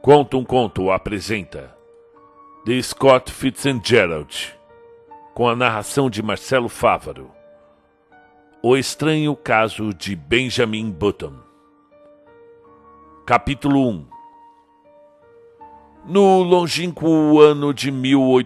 Conta um Conto apresenta The Scott Fitzgerald, com a narração de Marcelo Fávaro. O Estranho Caso de Benjamin Button. Capítulo 1. No longínquo ano de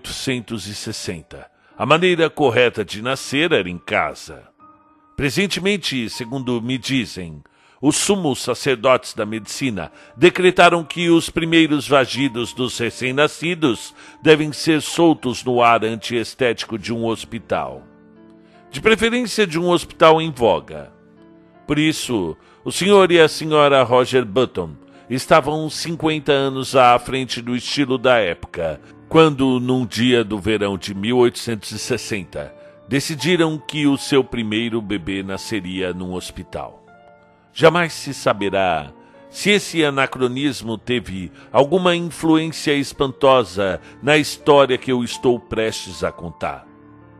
1860, a maneira correta de nascer era em casa. Presentemente, segundo me dizem, os sumos sacerdotes da medicina decretaram que os primeiros vagidos dos recém-nascidos devem ser soltos no ar antiestético de um hospital. De preferência de um hospital em voga. Por isso, o senhor e a senhora Roger Button estavam 50 anos à frente do estilo da época, quando, num dia do verão de 1860, decidiram que o seu primeiro bebê nasceria num hospital. Jamais se saberá se esse anacronismo teve alguma influência espantosa na história que eu estou prestes a contar.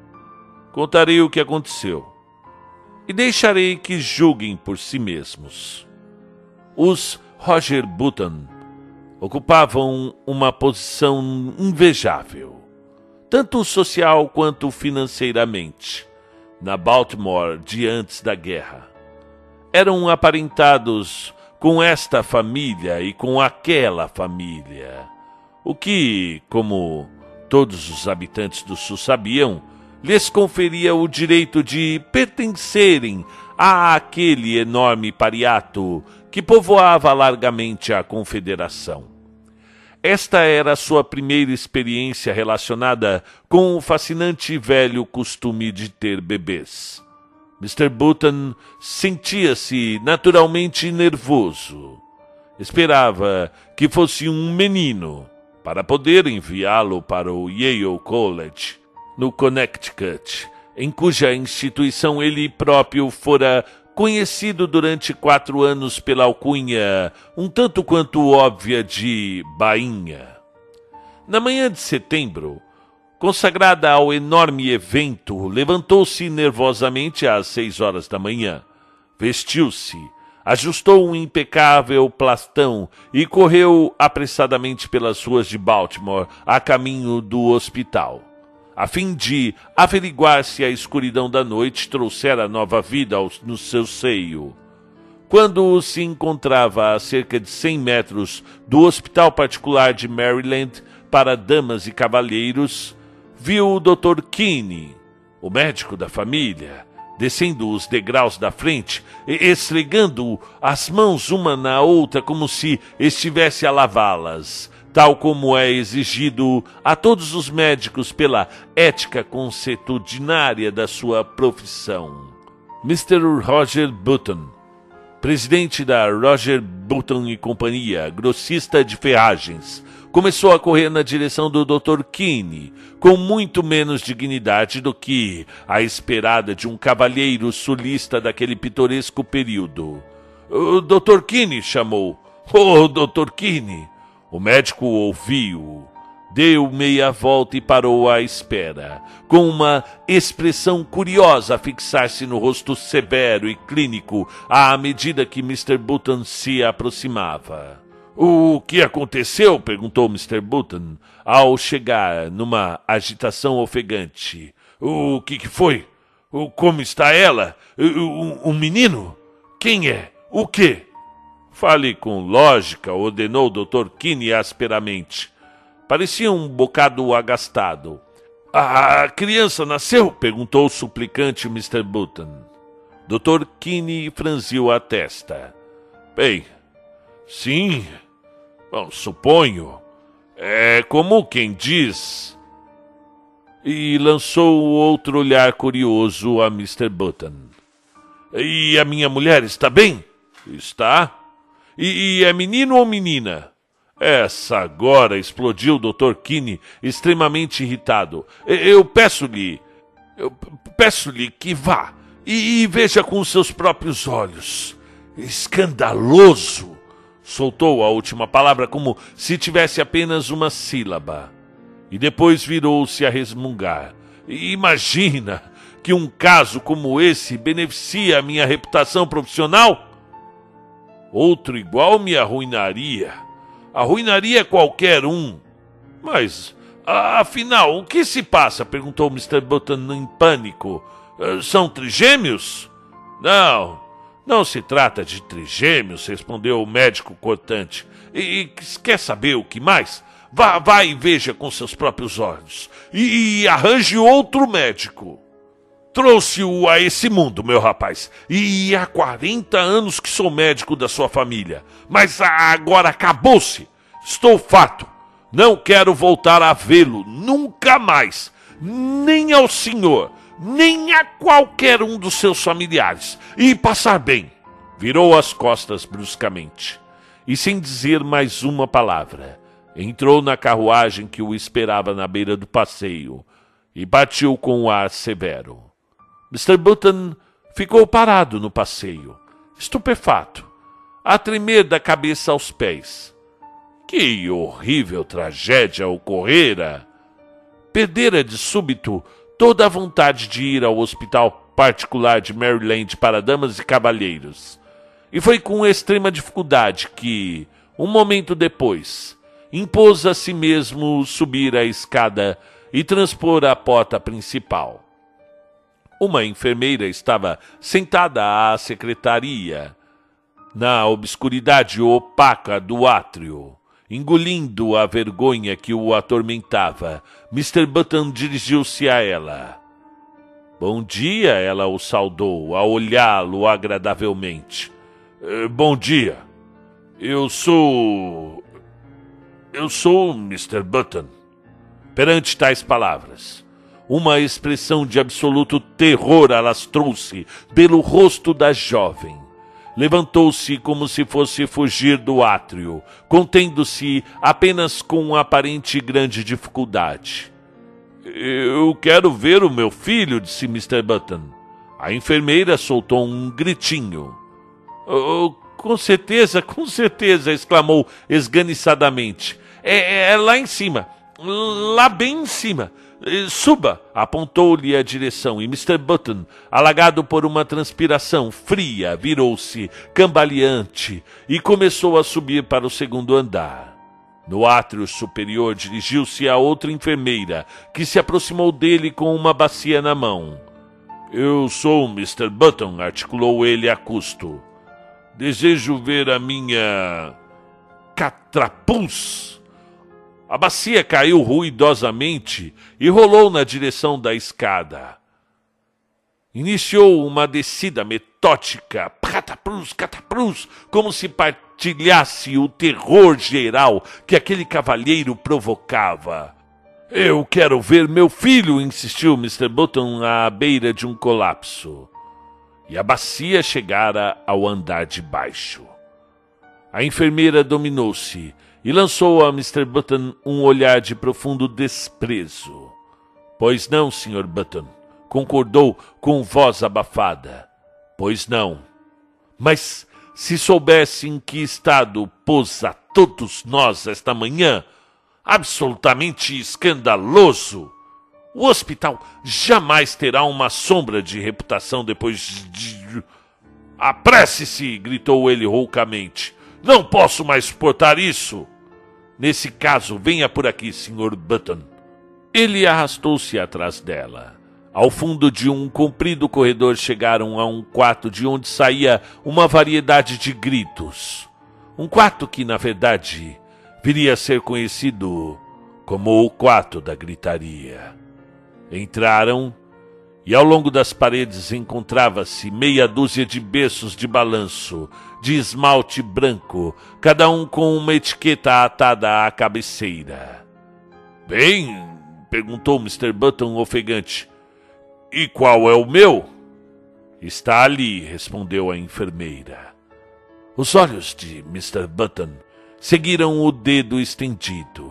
Contarei o que aconteceu e deixarei que julguem por si mesmos. Os Roger Button ocupavam uma posição invejável, tanto social quanto financeiramente, na Baltimore de antes da guerra. Eram aparentados com esta família e com aquela família, o que, como todos os habitantes do Sul sabiam, lhes conferia o direito de pertencerem àquele enorme pariato que povoava largamente a Confederação. Esta era a sua primeira experiência relacionada com o fascinante velho costume de ter bebês. Mr. Button sentia-se naturalmente nervoso. Esperava que fosse um menino, para poder enviá-lo para o Yale College, no Connecticut, em cuja instituição ele próprio fora conhecido durante 4 anos pela alcunha um tanto quanto óbvia de Bainha. Na manhã de setembro, consagrada ao enorme evento, levantou-se nervosamente às 6 horas da manhã. Vestiu-se, ajustou um impecável plastão e correu apressadamente pelas ruas de Baltimore a caminho do hospital, a fim de averiguar se a escuridão da noite trouxera nova vida no seu seio. Quando se encontrava a cerca de 100 metros do hospital particular de Maryland para damas e cavalheiros, viu o Dr. Kinney, o médico da família, descendo os degraus da frente e esfregando as mãos uma na outra como se estivesse a lavá-las, tal como é exigido a todos os médicos pela ética consuetudinária da sua profissão. Mr. Roger Button, presidente da Roger Button e Companhia, grossista de ferragens, começou a correr na direção do Dr. Kinney, com muito menos dignidade do que a esperada de um cavalheiro sulista daquele pitoresco período. "O Dr. Kinney", chamou. "Oh, Dr. Kinney!" O médico ouviu, deu meia volta e parou à espera, com uma expressão curiosa a fixar-se no rosto severo e clínico à medida que Mr. Button se aproximava. "O que aconteceu?" perguntou Mr. Button, ao chegar numa agitação ofegante. O que foi? Como está ela? Um menino? Quem é? O quê?" "Fale com lógica", ordenou o Dr. Kinney asperamente. Parecia um bocado agastado. "A criança nasceu?" perguntou o suplicante Mr. Button. Dr. Kinney franziu a testa. "Bem, sim, bom, suponho. É como quem diz." E lançou outro olhar curioso a Mr. Button. "E a minha mulher está bem?" "Está." E é menino ou menina?" "Essa agora", explodiu o Dr. Kinney, extremamente irritado. Eu peço-lhe que vá e veja com os seus próprios olhos." "Escandaloso!" Soltou a última palavra como se tivesse apenas uma sílaba. E depois virou-se a resmungar. "Imagina que um caso como esse beneficia a minha reputação profissional? Outro igual me arruinaria. Arruinaria qualquer um. Mas, afinal, o que se passa? Perguntou Mr. Button em pânico. São trigêmeos? Não, não se trata de trigêmeos, respondeu o médico cortante. E quer saber o que mais? Vá e veja com seus próprios olhos. E arranje outro médico. Trouxe-o a esse mundo, meu rapaz. E há 40 anos que sou médico da sua família. Mas agora acabou-se. Estou farto. Não quero voltar a vê-lo nunca mais. Nem ao senhor, nem a qualquer um dos seus familiares. E passar bem. Virou as costas bruscamente. E sem dizer mais uma palavra, entrou na carruagem que o esperava na beira do passeio e partiu com um ar severo. Mr. Button ficou parado no passeio, estupefato, a tremer da cabeça aos pés. Que horrível tragédia ocorrera! Perdera de súbito toda a vontade de ir ao hospital particular de Maryland para damas e cavalheiros. E foi com extrema dificuldade que, um momento depois, impôs a si mesmo subir a escada e transpor a porta principal. Uma enfermeira estava sentada à secretaria, na obscuridade opaca do átrio. Engolindo a vergonha que o atormentava, Mr. Button dirigiu-se a ela. Bom dia, ela o saudou, a olhá-lo agradavelmente. Bom dia. Eu sou Mr. Button. Perante tais palavras, uma expressão de absoluto terror alastrou-se pelo rosto da jovem. Levantou-se como se fosse fugir do átrio, contendo-se apenas com aparente grande dificuldade. Eu quero ver o meu filho, disse Mr. Button. A enfermeira soltou um gritinho. Com certeza, exclamou esganiçadamente. É lá em cima, lá bem em cima. Suba, apontou-lhe a direção, e Mr. Button, alagado por uma transpiração fria, virou-se, cambaleante, e começou a subir para o segundo andar. No átrio superior dirigiu-se a outra enfermeira, que se aproximou dele com uma bacia na mão. Eu sou Mr. Button, articulou ele a custo. Desejo ver a minha catrapuz. A bacia caiu ruidosamente e rolou na direção da escada. Iniciou uma descida metódica, catapruz, como se partilhasse o terror geral que aquele cavalheiro provocava. Eu quero ver meu filho, insistiu Mr. Button à beira de um colapso. E a bacia chegara ao andar de baixo. A enfermeira dominou-se e lançou a Mr. Button um olhar de profundo desprezo. Pois não, Sr. Button, concordou com voz abafada. Pois não. Mas se soubesse em que estado pôs a todos nós esta manhã, absolutamente escandaloso. O hospital jamais terá uma sombra de reputação depois de... Apresse-se, gritou ele roucamente. Não posso mais suportar isso. Nesse caso, venha por aqui, Sr. Button. Ele arrastou-se atrás dela. Ao fundo de um comprido corredor chegaram a um quarto de onde saía uma variedade de gritos. Um quarto que, na verdade, viria a ser conhecido como o quarto da gritaria. Entraram e ao longo das paredes encontrava-se meia dúzia de berços de balanço, de esmalte branco, cada um com uma etiqueta atada à cabeceira. Bem, perguntou Mr. Button ofegante. E qual é o meu? Está ali, respondeu a enfermeira. Os olhos de Mr. Button seguiram o dedo estendido.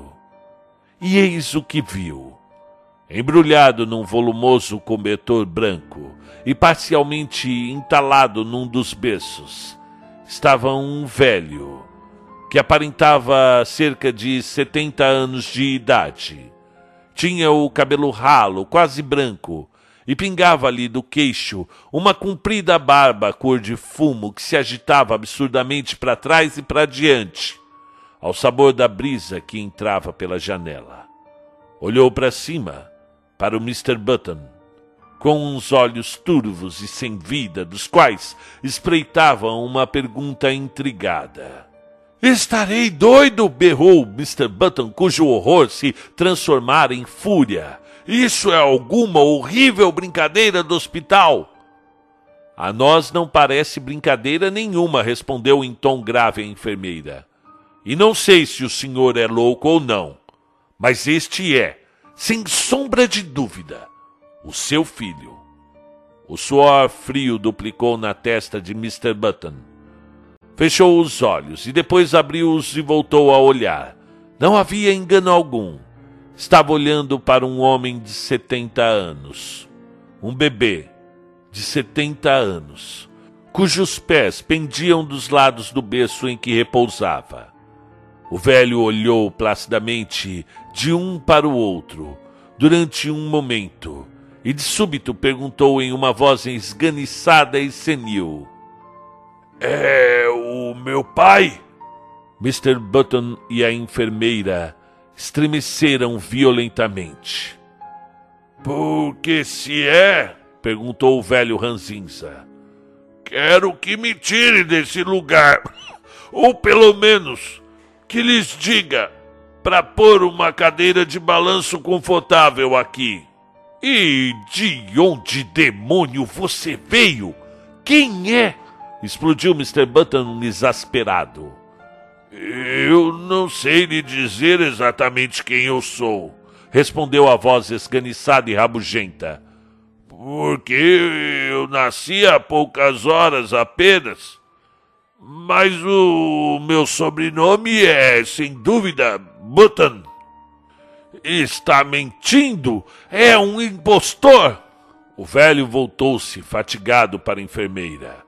E eis o que viu. Embrulhado num volumoso cobertor branco e parcialmente entalado num dos berços, estava um velho, que aparentava cerca de 70 anos de idade. Tinha o cabelo ralo, quase branco, e pingava-lhe do queixo uma comprida barba cor de fumo que se agitava absurdamente para trás e para diante. ao sabor da brisa que entrava pela janela. Olhou para cima, para o Mr. Button, com uns olhos turvos e sem vida, dos quais espreitavam uma pergunta intrigada. Estarei doido! Berrou Mr. Button, cujo horror se transformara em fúria. Isso é alguma horrível brincadeira do hospital! A nós não parece brincadeira nenhuma, respondeu em tom grave a enfermeira. E não sei se o senhor é louco ou não, mas este é, sem sombra de dúvida, o seu filho. O suor frio duplicou na testa de Mr. Button. Fechou os olhos e depois abriu-os e voltou a olhar. Não havia engano algum. Estava olhando para um homem de 70 anos. Um bebê de 70 anos, cujos pés pendiam dos lados do berço em que repousava. O velho olhou placidamente de um para o outro durante um momento e de súbito perguntou em uma voz esganiçada e senil: É o meu pai? Mr. Button e a enfermeira estremeceram violentamente. Porque se é, perguntou o velho ranzinza, quero que me tire desse lugar, ou pelo menos que lhes diga para pôr uma cadeira de balanço confortável aqui. E de onde demônio você veio? Quem é? Explodiu Mr. Button exasperado. Eu não sei lhe dizer exatamente quem eu sou, respondeu a voz esganiçada e rabugenta. Porque eu nasci há poucas horas apenas. Mas o meu sobrenome é, sem dúvida, Button. Está mentindo! É um impostor! O velho voltou-se, fatigado, para a enfermeira.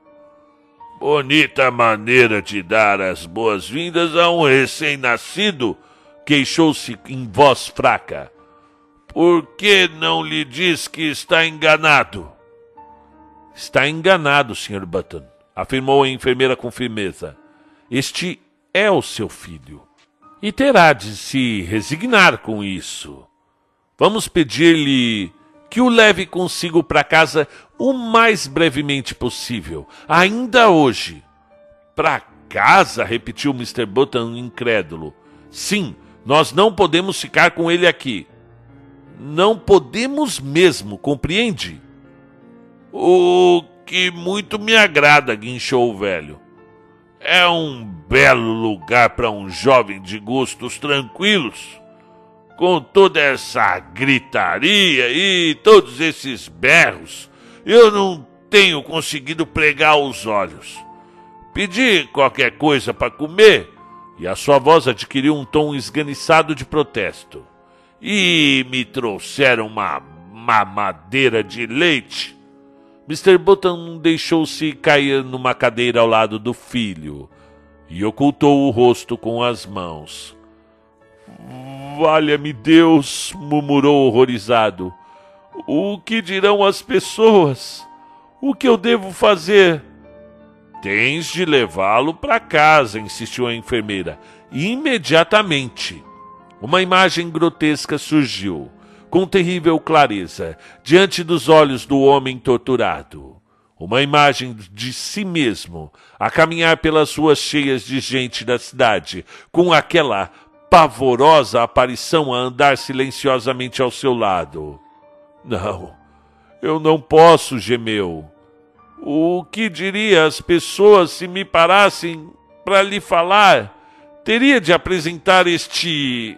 Bonita maneira de dar as boas-vindas a um recém-nascido, queixou-se em voz fraca. Por que não lhe diz que está enganado? Está enganado, Sr. Button, afirmou a enfermeira com firmeza. Este é o seu filho. E terá de se resignar com isso. Vamos pedir-lhe que o leve consigo para casa o mais brevemente possível, ainda hoje. Para casa? Repetiu Mr. Button incrédulo. Sim, nós não podemos ficar com ele aqui. Não podemos mesmo, compreende? O que muito me agrada, guinchou o velho. É um belo lugar para um jovem de gostos tranquilos. Com toda essa gritaria e todos esses berros, eu não tenho conseguido pregar os olhos. Pedi qualquer coisa para comer e a sua voz adquiriu um tom esganiçado de protesto. E me trouxeram uma mamadeira de leite. Mr. Button deixou-se cair numa cadeira ao lado do filho e ocultou o rosto com as mãos. Valha-me Deus, murmurou horrorizado. O que dirão as pessoas? O que eu devo fazer? Tens de levá-lo para casa, insistiu a enfermeira. Imediatamente. Uma imagem grotesca surgiu, com terrível clareza, diante dos olhos do homem torturado. Uma imagem de si mesmo, a caminhar pelas ruas cheias de gente da cidade, com aquela pavorosa aparição a andar silenciosamente ao seu lado. Não, eu não posso, gemeu. O que diria as pessoas se me parassem para lhe falar? Teria de apresentar este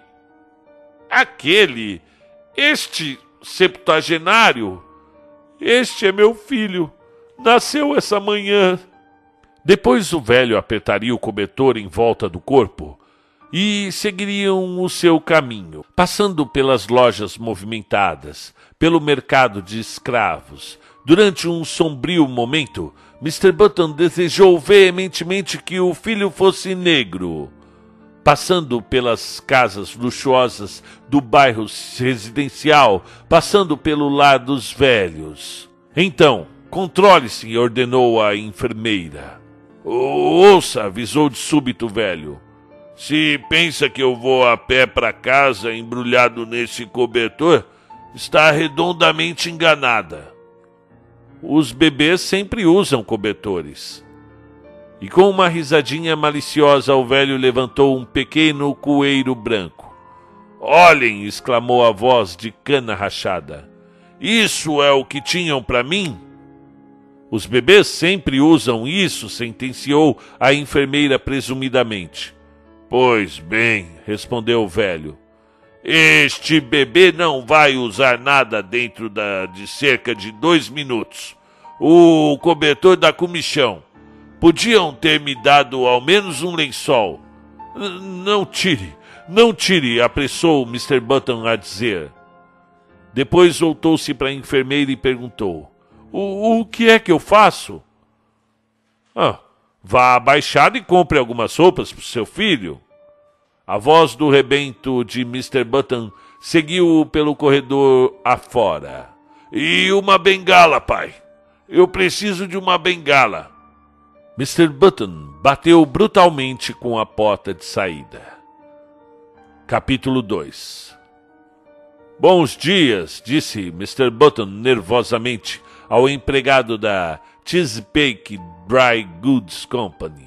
septuagenário. Este é meu filho. Nasceu essa manhã. Depois o velho apertaria o cobertor em volta do corpo e seguiriam o seu caminho, passando pelas lojas movimentadas, pelo mercado de escravos. Durante um sombrio momento, Mr. Button desejou veementemente que o filho fosse negro. Passando pelas casas luxuosas do bairro residencial, passando pelo lar dos velhos. Então, controle-se, ordenou a enfermeira. Ouça, avisou de súbito o velho. Se pensa que eu vou a pé para casa embrulhado nesse cobertor, está redondamente enganada. Os bebês sempre usam cobertores. E com uma risadinha maliciosa, o velho levantou um pequeno coeiro branco. Olhem, exclamou a voz de cana rachada. Isso é o que tinham para mim? Os bebês sempre usam isso, sentenciou a enfermeira presumidamente. Pois bem, respondeu o velho. Este bebê não vai usar nada dentro de cerca de 2 minutos. O cobertor da comichão. Podiam ter me dado ao menos um lençol. Não tire, apressou Mr. Button a dizer. Depois voltou-se para a enfermeira e perguntou. O que é que eu faço? Vá à baixada e compre algumas roupas para o seu filho. A voz do rebento de Mr. Button seguiu-o pelo corredor afora. E uma bengala, pai. Eu preciso de uma bengala. Mr. Button bateu brutalmente com a porta de saída. Capítulo 2. Bons dias, disse Mr. Button nervosamente ao empregado da Chesapeake Dry Goods Company.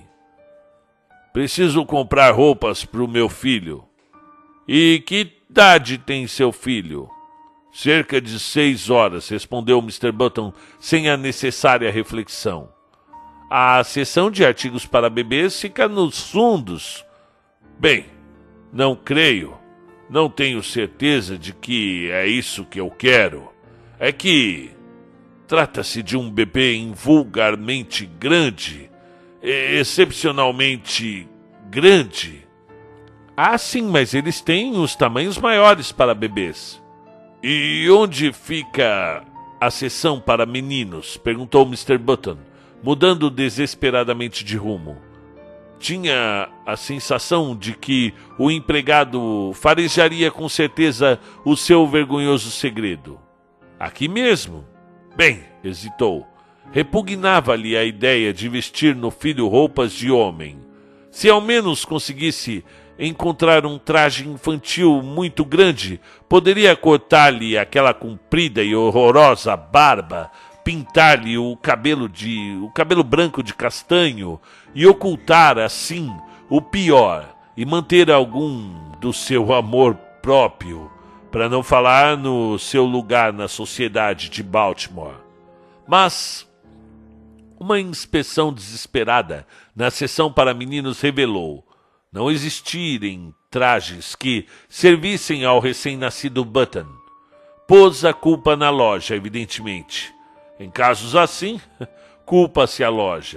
Preciso comprar roupas para o meu filho. E que idade tem seu filho? Cerca de 6 horas, respondeu Mr. Button sem a necessária reflexão. A seção de artigos para bebês fica nos fundos. Bem, não creio. Não tenho certeza de que é isso que eu quero. É que trata-se de um bebê invulgarmente grande, excepcionalmente grande. Ah, sim, mas eles têm os tamanhos maiores para bebês. E onde fica a seção para meninos? Perguntou Mr. Button, mudando desesperadamente de rumo. Tinha a sensação de que o empregado farejaria com certeza o seu vergonhoso segredo. Aqui mesmo. Bem, hesitou. Repugnava-lhe a ideia de vestir no filho roupas de homem. Se ao menos conseguisse encontrar um traje infantil muito grande, poderia cortar-lhe aquela comprida e horrorosa barba, pintar-lhe o cabelo branco de castanho e ocultar assim o pior e manter algum do seu amor próprio, para não falar no seu lugar na sociedade de Baltimore. Mas uma inspeção desesperada na seção para meninos revelou não existirem trajes que servissem ao recém-nascido Button. Pôs a culpa na loja, evidentemente. Em casos assim, culpa-se a loja.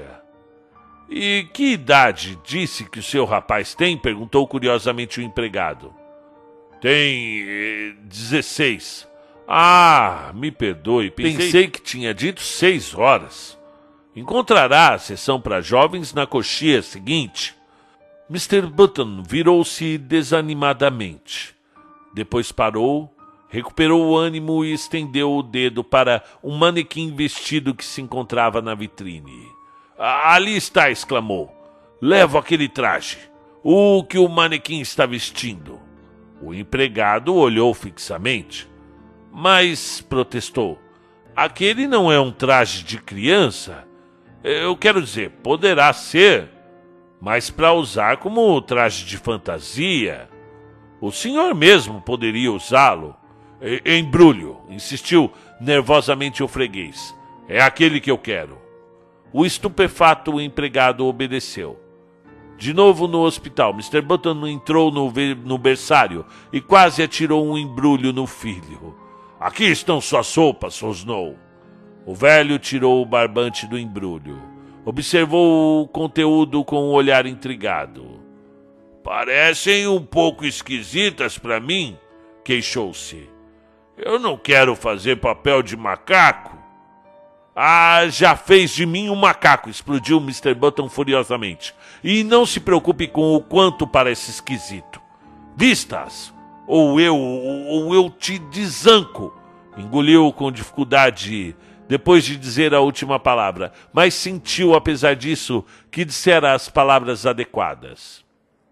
E que idade disse que o seu rapaz tem? Perguntou curiosamente o empregado. Tem 16. Ah, me perdoe, pensei que tinha dito 6 horas. Encontrará a sessão para jovens na coxia seguinte. Mr. Button virou-se desanimadamente. Depois parou, recuperou o ânimo e estendeu o dedo para um manequim vestido que se encontrava na vitrine. Ali está, exclamou. Levo aquele traje. O que o manequim está vestindo? O empregado olhou fixamente. Mas, protestou, aquele não é um traje de criança. Eu quero dizer, poderá ser, mas para usar como traje de fantasia. O senhor mesmo poderia usá-lo. Embrulho, insistiu nervosamente o freguês. É aquele que eu quero. O estupefato empregado obedeceu. De novo no hospital, Mr. Button entrou no berçário e quase atirou um embrulho no filho. Aqui estão suas roupas, rosnou. O velho tirou o barbante do embrulho. Observou o conteúdo com um olhar intrigado. Parecem um pouco esquisitas para mim, queixou-se. Eu não quero fazer papel de macaco. Ah, já fez de mim um macaco, explodiu Mr. Button furiosamente. E não se preocupe com o quanto parece esquisito. Vistas, ou eu te desanco. Engoliu com dificuldade depois de dizer a última palavra, mas sentiu, apesar disso, que dissera as palavras adequadas.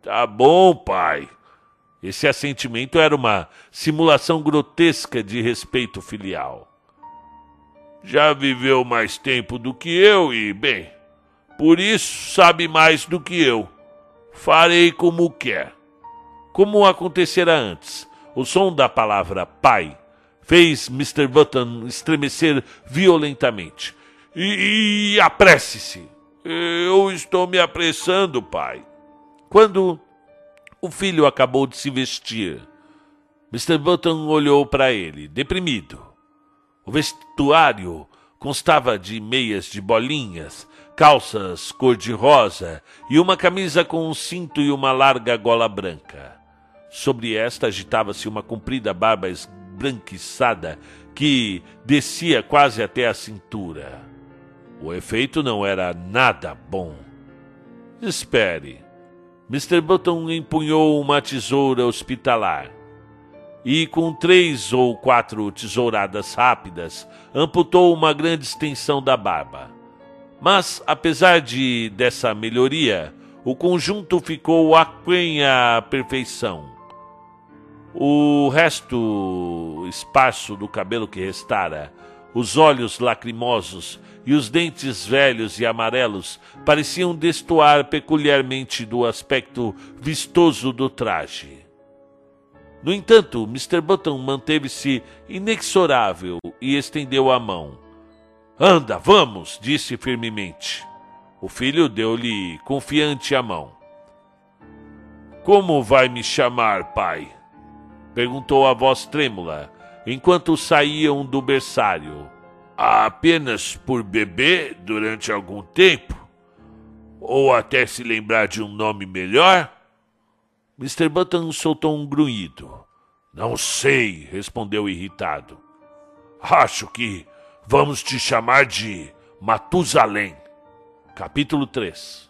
Tá bom, pai. Esse assentimento era uma simulação grotesca de respeito filial. Já viveu mais tempo do que eu e, bem, por isso sabe mais do que eu. Farei como quer. Como acontecera antes, o som da palavra pai fez Mr. Button estremecer violentamente. E apresse-se. Eu estou me apressando, pai. Quando o filho acabou de se vestir, Mr. Button olhou para ele, deprimido. O vestuário constava de meias de bolinhas, calças cor-de-rosa e uma camisa com um cinto e uma larga gola branca. Sobre esta agitava-se uma comprida barba esbranquiçada que descia quase até a cintura. O efeito não era nada bom. Espere. Mr. Button empunhou uma tesoura hospitalar e, com 3 ou 4 tesouradas rápidas, amputou uma grande extensão da barba. Mas, apesar dessa melhoria, o conjunto ficou aquém à perfeição. O resto esparso do cabelo que restara, os olhos lacrimosos e os dentes velhos e amarelos pareciam destoar peculiarmente do aspecto vistoso do traje. No entanto, Mr. Button manteve-se inexorável e estendeu a mão. Anda, vamos, disse firmemente. O filho deu-lhe confiante a mão. Como vai me chamar, pai? Perguntou a voz trêmula, enquanto saíam do berçário. Apenas por bebê durante algum tempo? Ou até se lembrar de um nome melhor? Mr. Button soltou um grunhido. Não sei, respondeu irritado. Acho que vamos te chamar de Matusalém. Capítulo 3.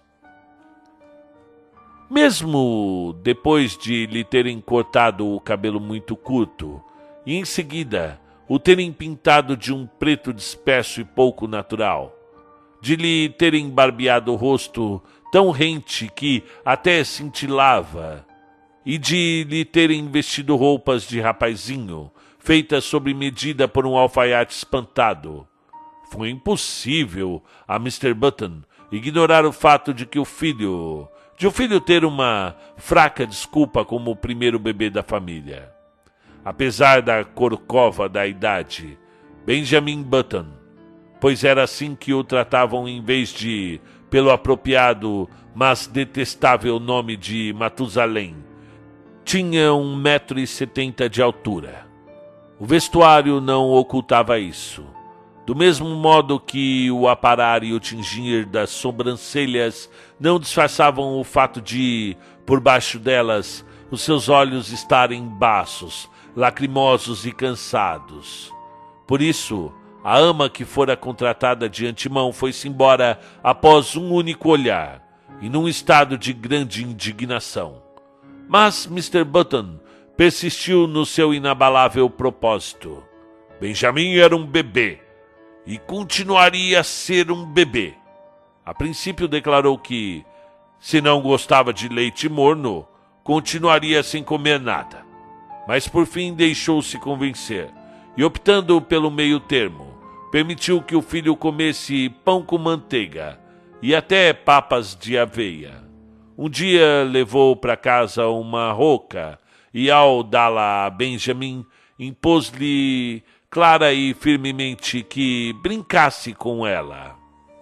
Mesmo depois de lhe terem cortado o cabelo muito curto, e em seguida o terem pintado de um preto disperso e pouco natural, de lhe terem barbeado o rosto tão rente que até cintilava, e de lhe terem vestido roupas de rapazinho, feitas sob medida por um alfaiate espantado, foi impossível a Mr. Button ignorar o fato de o filho ter uma fraca desculpa como o primeiro bebê da família. Apesar da corcova da idade, Benjamin Button, pois era assim que o tratavam em vez de pelo apropriado, mas detestável nome de Matusalém, tinha 1,70 m de altura. O vestuário não ocultava isso. Do mesmo modo que o aparar e o tingir das sobrancelhas não disfarçavam o fato de, por baixo delas, os seus olhos estarem baços, lacrimosos e cansados. Por isso, a ama que fora contratada de antemão foi-se embora após um único olhar, e num estado de grande indignação. Mas Mr. Button persistiu no seu inabalável propósito. Benjamin era um bebê, e continuaria a ser um bebê. A princípio declarou que, se não gostava de leite morno, continuaria sem comer nada. Mas por fim deixou-se convencer, e optando pelo meio termo, permitiu que o filho comesse pão com manteiga e até papas de aveia. Um dia levou para casa uma roca e, ao dá-la a Benjamin, impôs-lhe clara e firmemente que brincasse com ela.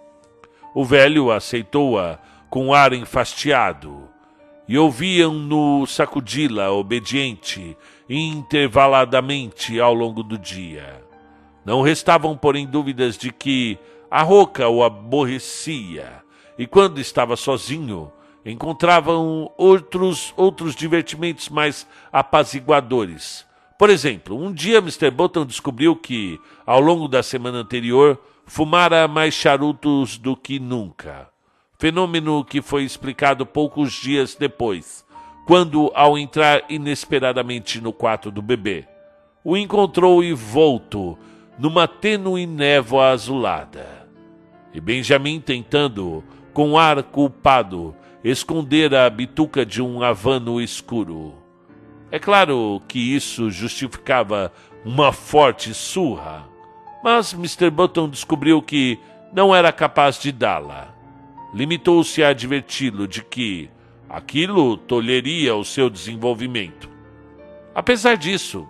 O velho aceitou-a com ar enfastiado, e ouviam-no sacudi-la obediente e intervaladamente ao longo do dia. Não restavam, porém, dúvidas de que a roca o aborrecia, e quando estava sozinho, encontravam outros divertimentos mais apaziguadores. Por exemplo, um dia Mr. Button descobriu que, ao longo da semana anterior, fumara mais charutos do que nunca. Fenômeno que foi explicado poucos dias depois, quando, ao entrar inesperadamente no quarto do bebê, o encontrou envolto numa tênue névoa azulada. E Benjamin, tentando, com ar culpado, esconder a bituca de um havano escuro. É claro que isso justificava uma forte surra, mas Mr. Button descobriu que não era capaz de dá-la. Limitou-se a adverti-lo de que aquilo tolheria o seu desenvolvimento. Apesar disso,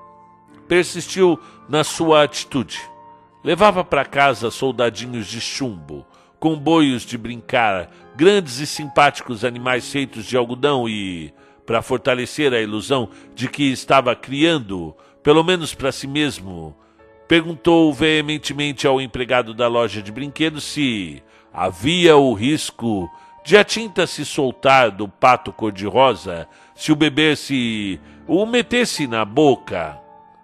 persistiu na sua atitude. Levava para casa soldadinhos de chumbo, comboios de brincar, grandes e simpáticos animais feitos de algodão e, para fortalecer a ilusão de que estava criando, pelo menos para si mesmo, perguntou veementemente ao empregado da loja de brinquedos se havia o risco de a tinta se soltar do pato cor-de-rosa se o bebê o metesse na boca.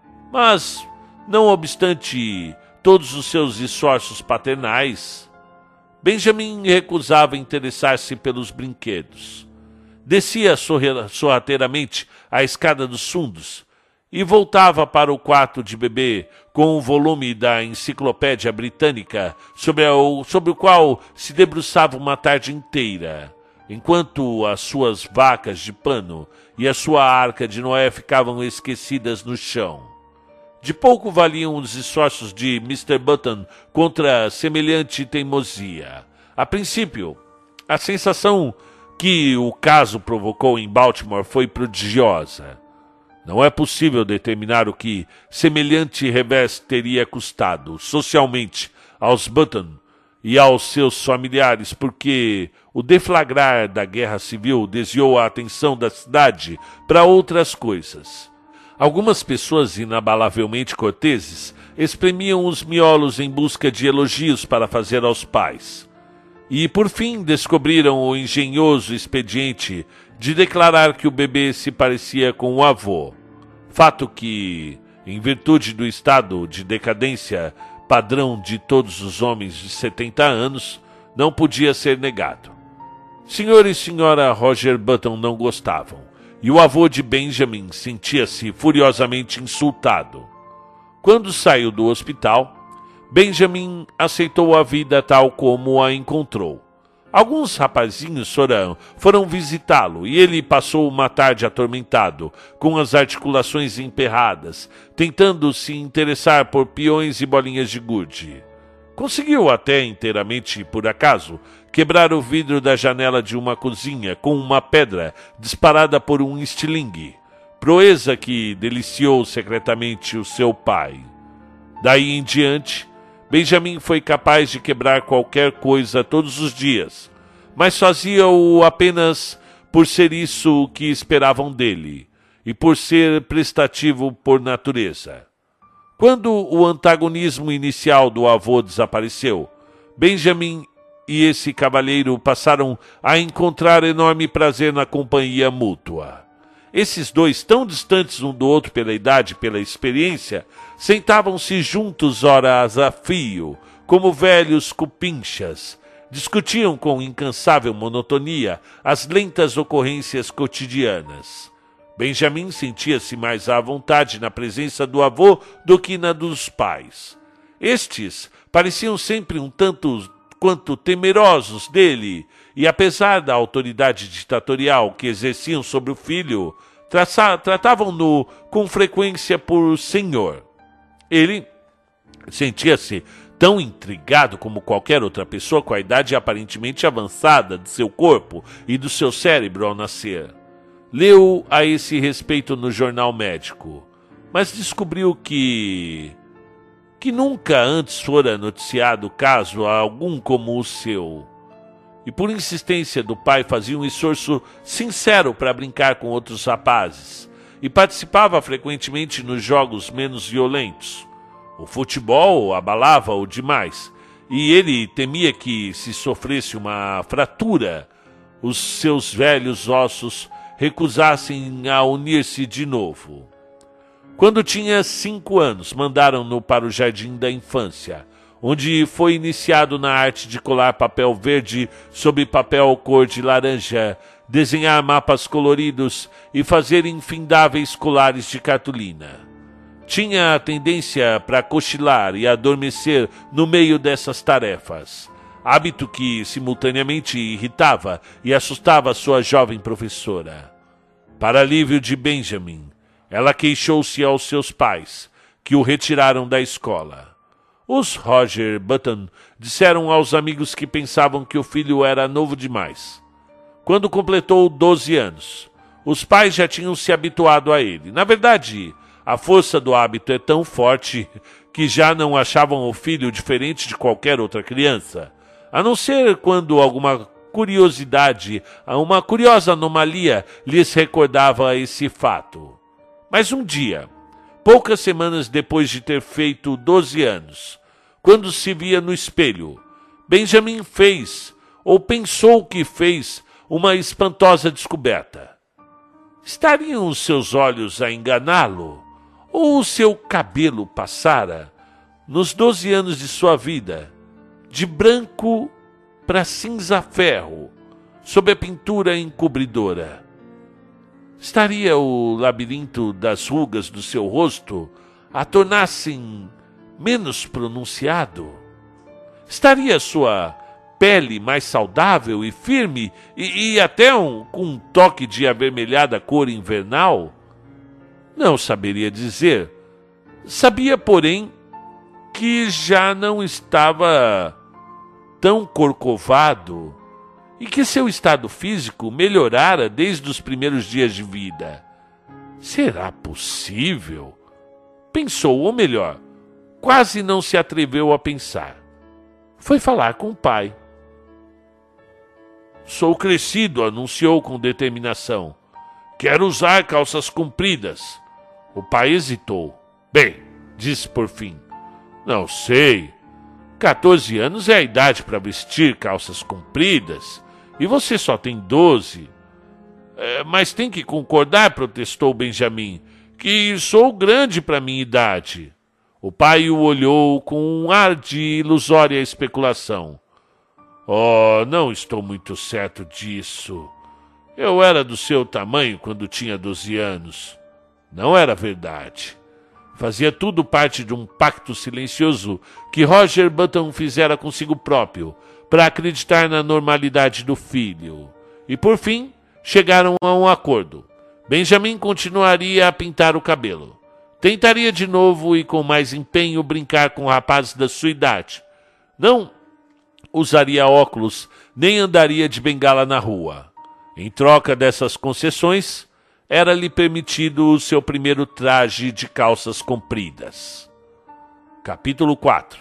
Mas, não obstante todos os seus esforços paternais, Benjamin recusava interessar-se pelos brinquedos. Descia sorrateiramente a escada dos fundos e voltava para o quarto de bebê com o volume da Enciclopédia Britânica sobre o qual se debruçava uma tarde inteira, enquanto as suas vacas de pano e a sua arca de Noé ficavam esquecidas no chão. De pouco valiam os esforços de Mr. Button contra semelhante teimosia. A princípio, a sensação que o caso provocou em Baltimore foi prodigiosa. Não é possível determinar o que semelhante revés teria custado socialmente aos Button e aos seus familiares, porque o deflagrar da guerra civil desviou a atenção da cidade para outras coisas. Algumas pessoas inabalavelmente corteses espremiam os miolos em busca de elogios para fazer aos pais. E, por fim, descobriram o engenhoso expediente de declarar que o bebê se parecia com o avô. Fato que, em virtude do estado de decadência padrão de todos os homens de 70 anos, não podia ser negado. Sr. e Sra. Roger Button não gostavam, e o avô de Benjamin sentia-se furiosamente insultado. Quando saiu do hospital, Benjamin aceitou a vida tal como a encontrou. Alguns rapazinhos foram visitá-lo e ele passou uma tarde atormentado, com as articulações emperradas, tentando se interessar por peões e bolinhas de gude. Conseguiu até inteiramente, por acaso, quebrar o vidro da janela de uma cozinha com uma pedra disparada por um estilingue, proeza que deliciou secretamente o seu pai. Daí em diante, Benjamin foi capaz de quebrar qualquer coisa todos os dias, mas fazia-o apenas por ser isso que esperavam dele e por ser prestativo por natureza. Quando o antagonismo inicial do avô desapareceu, Benjamin e esse cavalheiro passaram a encontrar enorme prazer na companhia mútua. Esses dois, tão distantes um do outro pela idade e pela experiência, sentavam-se juntos horas a fio, como velhos cupinchas. Discutiam com incansável monotonia as lentas ocorrências cotidianas. Benjamin sentia-se mais à vontade na presença do avô do que na dos pais. Estes pareciam sempre um tanto quanto temerosos dele, e apesar da autoridade ditatorial que exerciam sobre o filho, tratavam-no com frequência por senhor. Ele sentia-se tão intrigado como qualquer outra pessoa com a idade aparentemente avançada de seu corpo e do seu cérebro ao nascer. Leu a esse respeito no jornal médico, mas descobriu que nunca antes fora noticiado caso algum como o seu. E por insistência do pai fazia um esforço sincero para brincar com outros rapazes e participava frequentemente nos jogos menos violentos. O futebol abalava-o demais e ele temia que, se sofresse uma fratura, os seus velhos ossos recusassem a unir-se de novo. Quando tinha 5 anos, mandaram-no para o jardim da infância, onde foi iniciado na arte de colar papel verde sobre papel cor de laranja, desenhar mapas coloridos e fazer infindáveis colares de cartolina. Tinha a tendência para cochilar e adormecer no meio dessas tarefas. hábito que simultaneamente irritava e assustava sua jovem professora. Para alívio de Benjamin, ela queixou-se aos seus pais, que o retiraram da escola. Os Roger Button disseram aos amigos que pensavam que o filho era novo demais. Quando completou 12 anos, os pais já tinham se habituado a ele. Na verdade, a força do hábito é tão forte que já não achavam o filho diferente de qualquer outra criança, a não ser quando alguma curiosidade, uma curiosa anomalia lhes recordava esse fato. Mas um dia, poucas semanas depois de ter feito 12 anos, quando se via no espelho, Benjamin fez, ou pensou que fez, uma espantosa descoberta. Estariam os seus olhos a enganá-lo? Ou o seu cabelo passara, nos 12 anos de sua vida, de branco para cinza-ferro, sob a pintura encobridora? Estaria o labirinto das rugas do seu rosto a tornar-se menos pronunciado? Estaria sua pele mais saudável e firme e até com um toque de avermelhada cor invernal? Não saberia dizer. Sabia, porém, que já não estava tão corcovado e que seu estado físico melhorara desde os primeiros dias de vida. Será possível? Pensou, ou melhor, quase não se atreveu a pensar. Foi falar com o pai. Sou crescido, anunciou com determinação. Quero usar calças compridas. O pai hesitou. Bem, disse por fim. Não sei. 14 anos é a idade para vestir calças compridas. E você só tem 12. Mas tem que concordar, protestou Benjamin, que sou grande para minha idade. O pai o olhou com um ar de ilusória especulação. Oh, não estou muito certo disso. Eu era do seu tamanho quando tinha 12 anos. Não era verdade. Fazia tudo parte de um pacto silencioso que Roger Button fizera consigo próprio para acreditar na normalidade do filho. E por fim, chegaram a um acordo. Benjamin continuaria a pintar o cabelo. Tentaria de novo e com mais empenho brincar com rapazes da sua idade. Não usaria óculos nem andaria de bengala na rua. Em troca dessas concessões, era-lhe permitido o seu primeiro traje de calças compridas. Capítulo 4.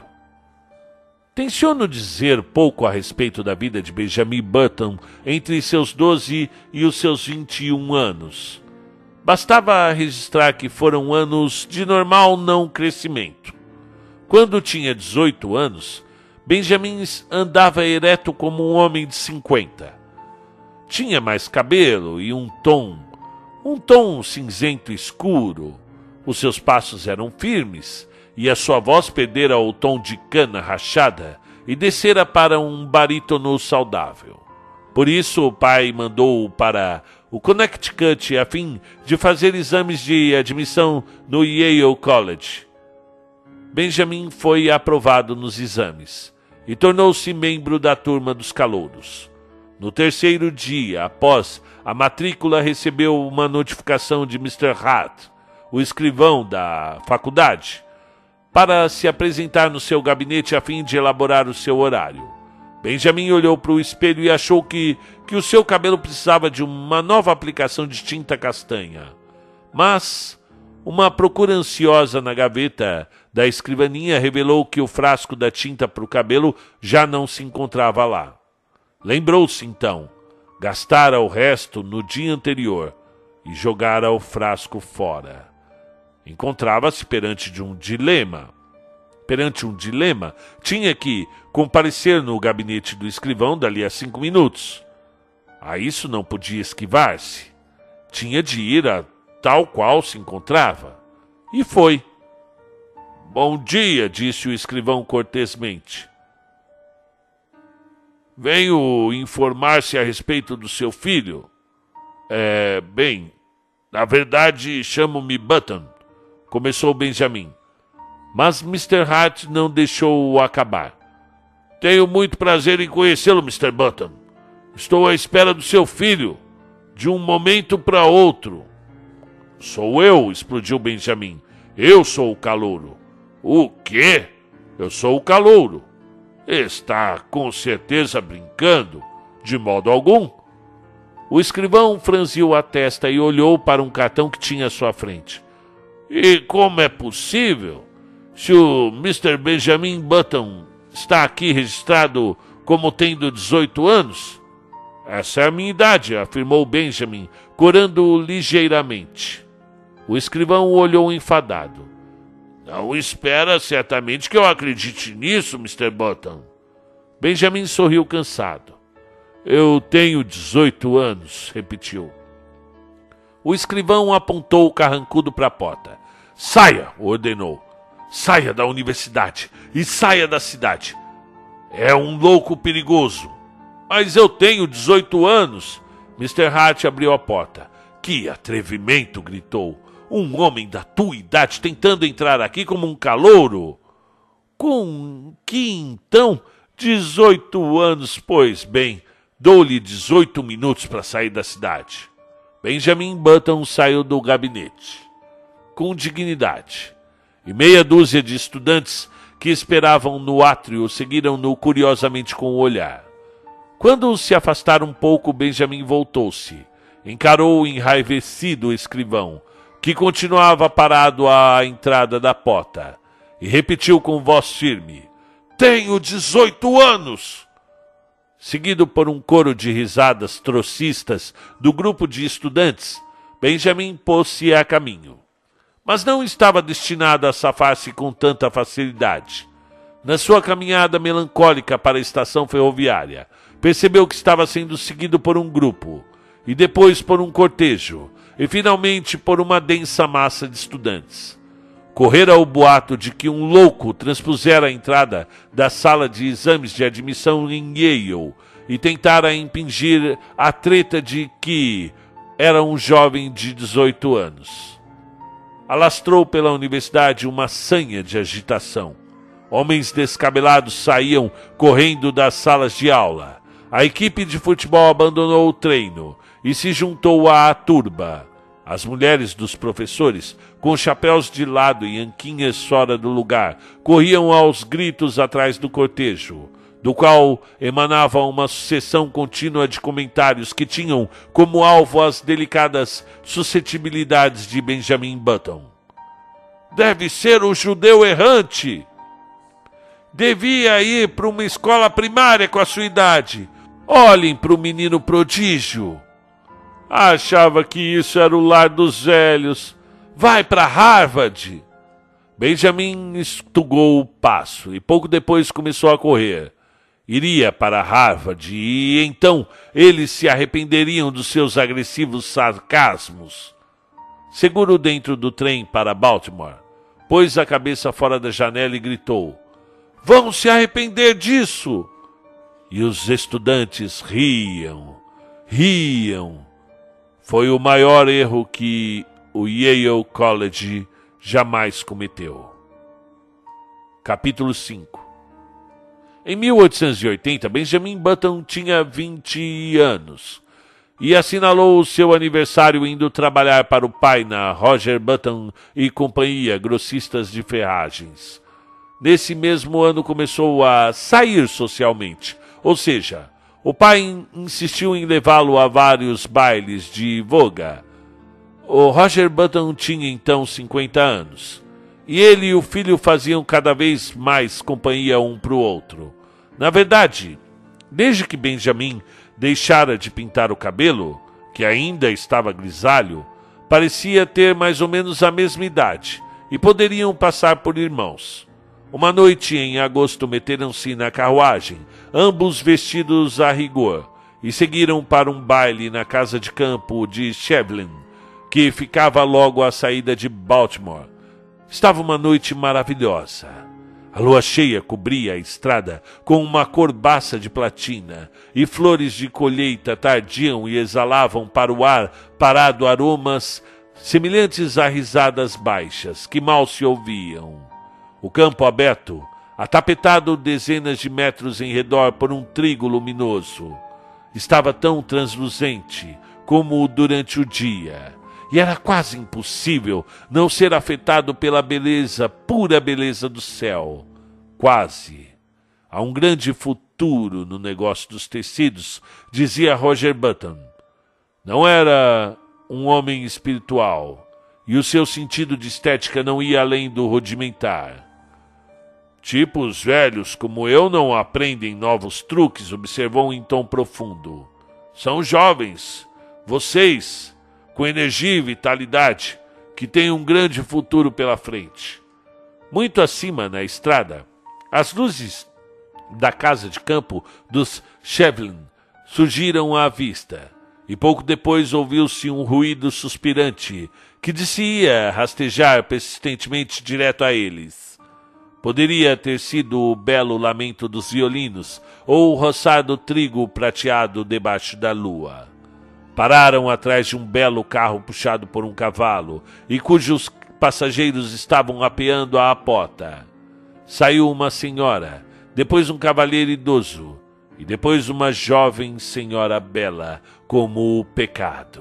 Tenciono dizer pouco a respeito da vida de Benjamin Button entre seus 12 e os seus 21 anos. Bastava registrar que foram anos de normal não crescimento. Quando tinha 18 anos, Benjamin andava ereto como um homem de 50. Tinha mais cabelo e um tom cinzento escuro. Os seus passos eram firmes e a sua voz perdera o tom de cana rachada e descera para um barítono saudável. Por isso o pai mandou-o para o Connecticut a fim de fazer exames de admissão no Yale College. Benjamin foi aprovado nos exames e tornou-se membro da turma dos calouros. No terceiro dia, após a matrícula, recebeu uma notificação de Mr. Hart, o escrivão da faculdade, para se apresentar no seu gabinete a fim de elaborar o seu horário. Benjamin olhou para o espelho e achou que o seu cabelo precisava de uma nova aplicação de tinta castanha. Mas uma procura ansiosa na gaveta da escrivaninha revelou que o frasco da tinta para o cabelo já não se encontrava lá. Lembrou-se, então, gastara o resto no dia anterior e jogara o frasco fora. Encontrava-se perante um dilema. Tinha que comparecer no gabinete do escrivão dali a 5 minutos. A isso não podia esquivar-se. Tinha de ir a tal qual se encontrava. E foi. Bom dia, disse o escrivão cortesmente. Venho informar-se a respeito do seu filho. Bem, na verdade chamo-me Button, começou Benjamin. Mas Mr. Hart não deixou-o acabar. Tenho muito prazer em conhecê-lo, Mr. Button. Estou à espera do seu filho, de um momento para outro. Sou eu, explodiu Benjamin. Eu sou o calouro. O quê? Eu sou o calouro. Está com certeza brincando? De modo algum. O escrivão franziu a testa e olhou para um cartão que tinha à sua frente. E como é possível? Se o Mr. Benjamin Button está aqui registrado como tendo 18 anos? Essa é a minha idade, afirmou Benjamin, corando ligeiramente. O escrivão olhou enfadado. Não espera certamente que eu acredite nisso, Mr. Button. Benjamin sorriu cansado. Eu tenho 18 anos, repetiu. O escrivão apontou o carrancudo para a porta. Saia, ordenou. Saia da universidade e saia da cidade. É um louco perigoso. Mas eu tenho 18 anos. Mr. Hart abriu a porta. Que atrevimento, gritou. Um homem da tua idade tentando entrar aqui como um calouro. Com que então? 18 anos, pois bem. Dou-lhe 18 minutos para sair da cidade. Benjamin Button saiu do gabinete. Com dignidade. E meia dúzia de estudantes que esperavam no átrio seguiram-no curiosamente com o olhar. Quando se afastaram um pouco, Benjamin voltou-se. Encarou o enraivecido escrivão, que continuava parado à entrada da porta, e repetiu com voz firme: Tenho 18 anos! Seguido por um coro de risadas trocistas do grupo de estudantes, Benjamin pôs-se a caminho. Mas não estava destinado a safar-se com tanta facilidade. Na sua caminhada melancólica para a estação ferroviária, percebeu que estava sendo seguido por um grupo, e depois por um cortejo, e finalmente por uma densa massa de estudantes. Correra o boato de que um louco transpusera a entrada da sala de exames de admissão em Yale e tentara impingir a treta de que era um jovem de 18 anos. Alastrou pela universidade uma sanha de agitação. Homens descabelados saíam correndo das salas de aula. A equipe de futebol abandonou o treino e se juntou à turba. As mulheres dos professores, com chapéus de lado e anquinhas fora do lugar, corriam aos gritos atrás do cortejo, do qual emanava uma sucessão contínua de comentários que tinham como alvo as delicadas suscetibilidades de Benjamin Button. Deve ser o judeu errante! Devia ir para uma escola primária com a sua idade. Olhem para o menino prodígio. Achava que isso era o lar dos velhos. Vai para Harvard! Benjamin estugou o passo e pouco depois começou a correr. Iria para Harvard e então eles se arrependeriam dos seus agressivos sarcasmos. Seguro dentro do trem para Baltimore, pôs a cabeça fora da janela e gritou: Vão se arrepender disso! E os estudantes riam. Foi o maior erro que o Yale College jamais cometeu. Capítulo 5. Em 1880, Benjamin Button tinha 20 anos e assinalou o seu aniversário indo trabalhar para o pai na Roger Button e Companhia, grossistas de ferragens. Nesse mesmo ano começou a sair socialmente, ou seja, o pai insistiu em levá-lo a vários bailes de voga. O Roger Button tinha então 50 anos, e ele e o filho faziam cada vez mais companhia um para o outro. Na verdade, desde que Benjamin deixara de pintar o cabelo, que ainda estava grisalho, parecia ter mais ou menos a mesma idade, e poderiam passar por irmãos. Uma noite em agosto meteram-se na carruagem, ambos vestidos a rigor, e seguiram para um baile na casa de campo de Shevlin, que ficava logo à saída de Baltimore. Estava uma noite maravilhosa. A lua cheia cobria a estrada com uma corbaça de platina, e flores de colheita tardiam e exalavam para o ar parado aromas semelhantes a risadas baixas, que mal se ouviam. O campo aberto, atapetado dezenas de metros em redor por um trigo luminoso. Estava tão transluzente como durante o dia, e era quase impossível não ser afetado pela beleza, pura beleza do céu. Quase. Há um grande futuro no negócio dos tecidos, dizia Roger Button. Não era um homem espiritual, e o seu sentido de estética não ia além do rudimentar. Tipos velhos como eu não aprendem novos truques, observou em tom profundo. São jovens, vocês, com energia e vitalidade, que têm um grande futuro pela frente. Muito acima, na estrada, as luzes da casa de campo dos Shevlin surgiram à vista, e pouco depois ouviu-se um ruído suspirante que descia rastejar persistentemente direto a eles. Poderia ter sido o belo lamento dos violinos ou o roçar do trigo prateado debaixo da lua. Pararam atrás de um belo carro puxado por um cavalo e cujos passageiros estavam apeando à apota. Saiu uma senhora, depois um cavalheiro idoso e depois uma jovem senhora bela como o pecado.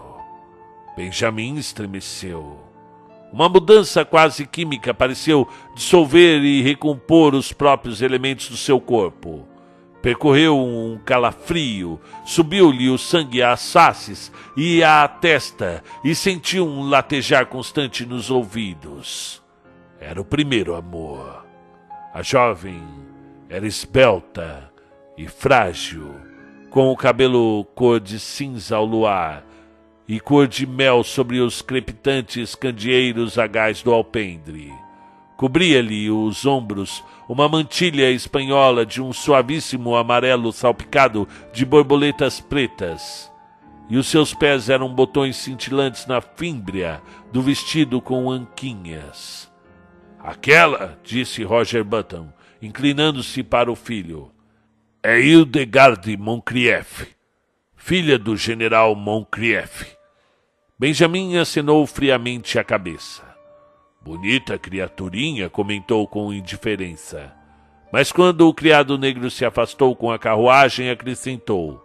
Benjamin estremeceu. Uma mudança quase química pareceu dissolver e recompor os próprios elementos do seu corpo. Percorreu um calafrio, subiu-lhe o sangue às faces e à testa e sentiu um latejar constante nos ouvidos. Era o primeiro amor. A jovem era esbelta e frágil, com o cabelo cor de cinza ao luar, e cor de mel sobre os crepitantes candeeiros a gás do alpendre. Cobria-lhe os ombros uma mantilha espanhola de um suavíssimo amarelo salpicado de borboletas pretas, e os seus pés eram botões cintilantes na fímbria do vestido com anquinhas. Aquela, disse Roger Button, inclinando-se para o filho, é Hildegarde Moncrieff, filha do general Moncrieff. Benjamin acenou friamente a cabeça. Bonita criaturinha, comentou com indiferença. Mas quando o criado negro se afastou com a carruagem, acrescentou: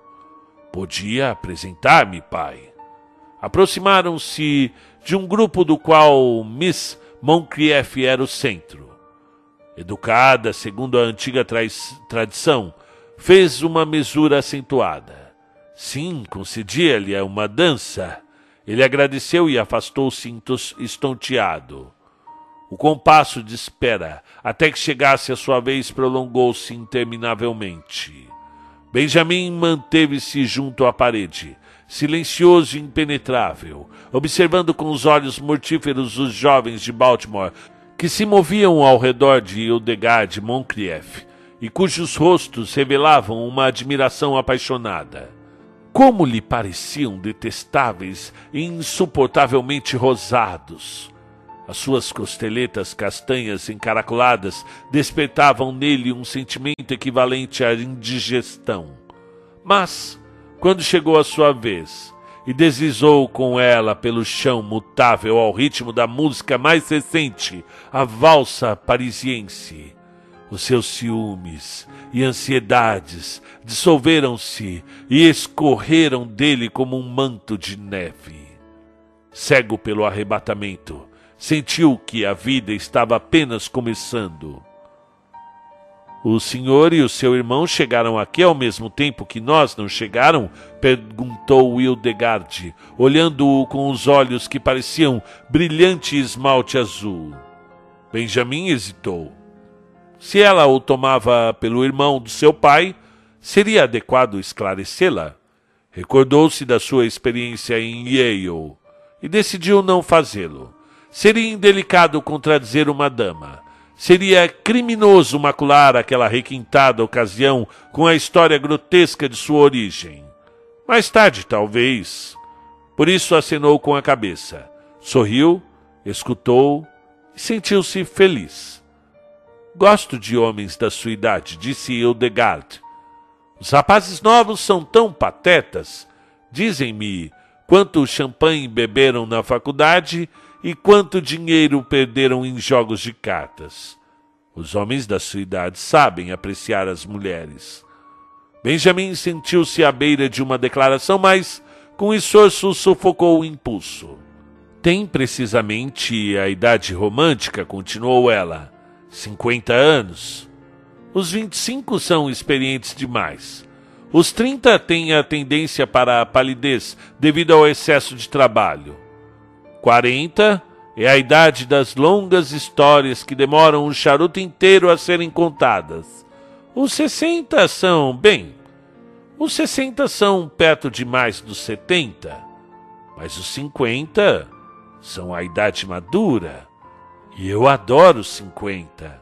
Podia apresentar-me, pai. Aproximaram-se de um grupo do qual Miss Moncrieff era o centro. Educada, segundo a antiga tradição, fez uma mesura acentuada. Sim, concedia-lhe uma dança. Ele agradeceu e afastou-se estonteado. O compasso de espera, até que chegasse a sua vez, prolongou-se interminavelmente. Benjamin manteve-se junto à parede, silencioso e impenetrável, observando com os olhos mortíferos os jovens de Baltimore que se moviam ao redor de Hildegarde Moncrieff e cujos rostos revelavam uma admiração apaixonada. Como lhe pareciam detestáveis e insuportavelmente rosados! As suas costeletas castanhas encaracoladas despertavam nele um sentimento equivalente à indigestão. Mas, quando chegou a sua vez e deslizou com ela pelo chão mutável ao ritmo da música mais recente, a valsa parisiense, os seus ciúmes e ansiedades dissolveram-se e escorreram dele como um manto de neve. Cego pelo arrebatamento, sentiu que a vida estava apenas começando. O senhor e o seu irmão chegaram aqui ao mesmo tempo que nós não chegaram? Perguntou Hildegarde, olhando-o com os olhos que pareciam brilhante esmalte azul. Benjamin hesitou. Se ela o tomava pelo irmão do seu pai, seria adequado esclarecê-la. Recordou-se da sua experiência em Yale e decidiu não fazê-lo. Seria indelicado contradizer uma dama. Seria criminoso macular aquela requintada ocasião com a história grotesca de sua origem. Mais tarde, talvez. Por isso acenou com a cabeça. Sorriu, escutou e sentiu-se feliz. Gosto de homens da sua idade, disse Hildegarde. Os rapazes novos são tão patetas. Dizem-me quanto champanhe beberam na faculdade e quanto dinheiro perderam em jogos de cartas. Os homens da sua idade sabem apreciar as mulheres. Benjamin sentiu-se à beira de uma declaração, mas, com esforço, sufocou o impulso. Tem precisamente a idade romântica, continuou ela. 50 anos. Os 25 são experientes demais. Os 30 têm a tendência para a palidez devido ao excesso de trabalho. 40 é a idade das longas histórias que demoram um charuto inteiro a serem contadas. Os 60 são, bem, os 60 são perto demais dos 70, mas os 50 são a idade madura, e eu adoro 50.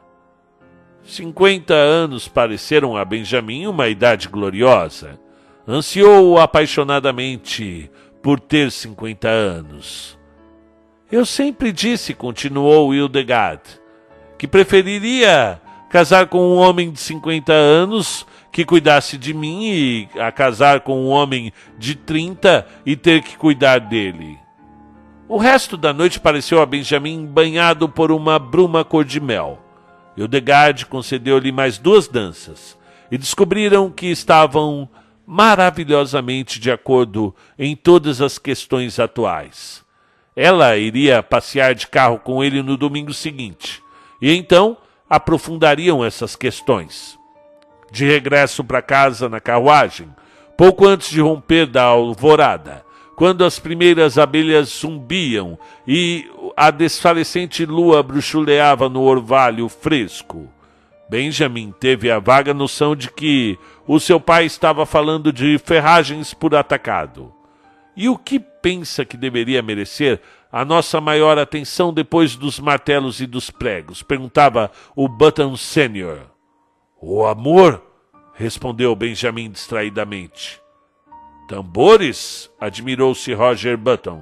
50 anos pareceram a Benjamin uma idade gloriosa. Ansiou apaixonadamente por ter 50 anos. Eu sempre disse, continuou Hildegard, que preferiria casar com um homem de 50 anos que cuidasse de mim e a casar com um homem de 30 e ter que cuidar dele. O resto da noite pareceu a Benjamin banhado por uma bruma cor-de-mel. Hildegard concedeu-lhe mais 2 danças e descobriram que estavam maravilhosamente de acordo em todas as questões atuais. Ela iria passear de carro com ele no domingo seguinte, e então aprofundariam essas questões. De regresso para casa na carruagem, pouco antes de romper da alvorada, quando as primeiras abelhas zumbiam e a desfalecente lua bruxuleava no orvalho fresco, Benjamin teve a vaga noção de que o seu pai estava falando de ferragens por atacado. E o que pensa que deveria merecer a nossa maior atenção depois dos martelos e dos pregos? Perguntava o Button Sênior. O amor, respondeu Benjamin distraidamente. Tambores? Admirou-se Roger Button.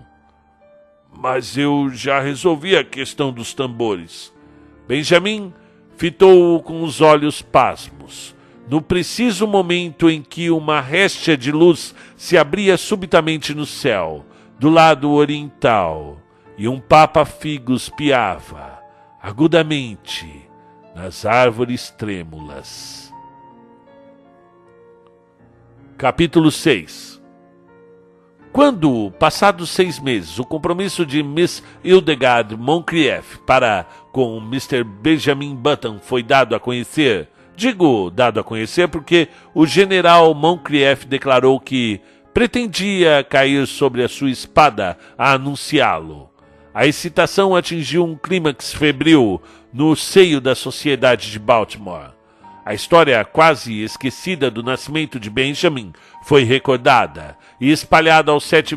Mas eu já resolvi a questão dos tambores. Benjamin fitou-o com os olhos pasmos. No preciso momento em que uma réstia de luz se abria subitamente no céu, do lado oriental, e um papa-figos piava, agudamente, nas árvores trêmulas. Capítulo 6. Quando, passados 6 meses, o compromisso de Miss Hildegard Moncrieff para com Mr. Benjamin Button foi dado a conhecer, digo dado a conhecer porque o general Moncrieff declarou que pretendia cair sobre a sua espada a anunciá-lo. A excitação atingiu um clímax febril no seio da sociedade de Baltimore. A história quase esquecida do nascimento de Benjamin foi recordada e espalhada aos 7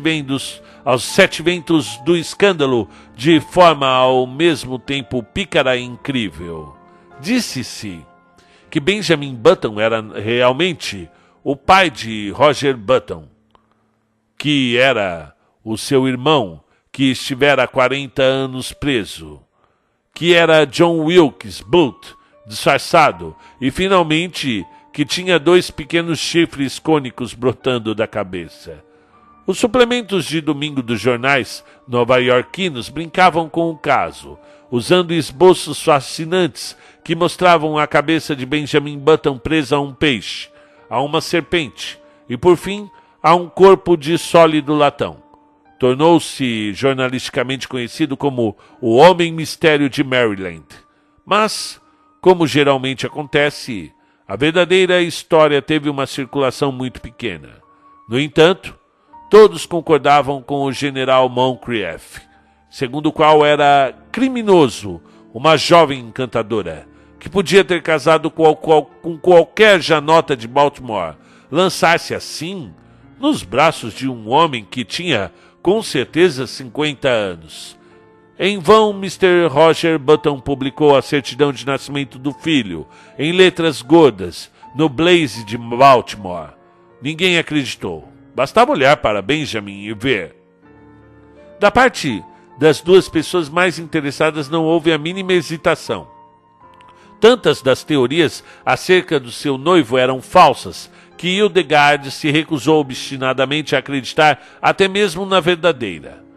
ventos do escândalo de forma ao mesmo tempo pícara e incrível. Disse-se que Benjamin Button era realmente o pai de Roger Button, que era o seu irmão que estivera há 40 anos preso, que era John Wilkes Booth, disfarçado, e finalmente que tinha 2 pequenos chifres cônicos brotando da cabeça. Os suplementos de domingo dos jornais nova-iorquinos brincavam com o caso, usando esboços fascinantes que mostravam a cabeça de Benjamin Button presa a um peixe, a uma serpente e, por fim, a um corpo de sólido latão. Tornou-se jornalisticamente conhecido como o Homem Mistério de Maryland. Mas, como geralmente acontece, a verdadeira história teve uma circulação muito pequena. No entanto, todos concordavam com o general Moncrieff, segundo o qual era criminoso uma jovem encantadora, que podia ter casado com qualquer janota de Baltimore, lançar-se assim nos braços de um homem que tinha, com certeza, 50 anos. Em vão, Mr. Roger Button publicou a certidão de nascimento do filho, em letras gordas, no Blaze de Baltimore. Ninguém acreditou. Bastava olhar para Benjamin e ver. Da parte das 2 pessoas mais interessadas não houve a mínima hesitação. Tantas das teorias acerca do seu noivo eram falsas, que Hildegard se recusou obstinadamente a acreditar até mesmo na verdadeira.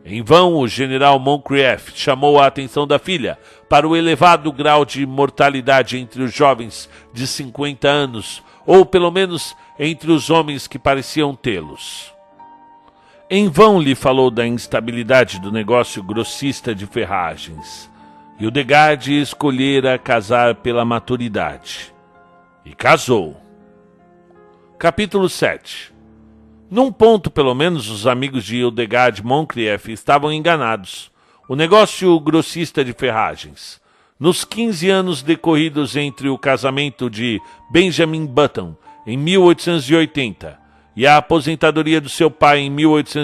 Em vão, o general Moncrieff chamou a atenção da filha para o elevado grau de mortalidade entre os jovens de 50 anos, ou pelo menos entre os homens que pareciam tê-los. Em vão lhe falou da instabilidade do negócio grossista de ferragens. Hildegard escolhera casar pela maturidade. E casou. Capítulo 7. Num ponto, pelo menos, os amigos de Hildegard Moncrieff estavam enganados. O negócio grossista de ferragens. Nos 15 anos decorridos entre o casamento de Benjamin Button, em 1880, e a aposentadoria do seu pai em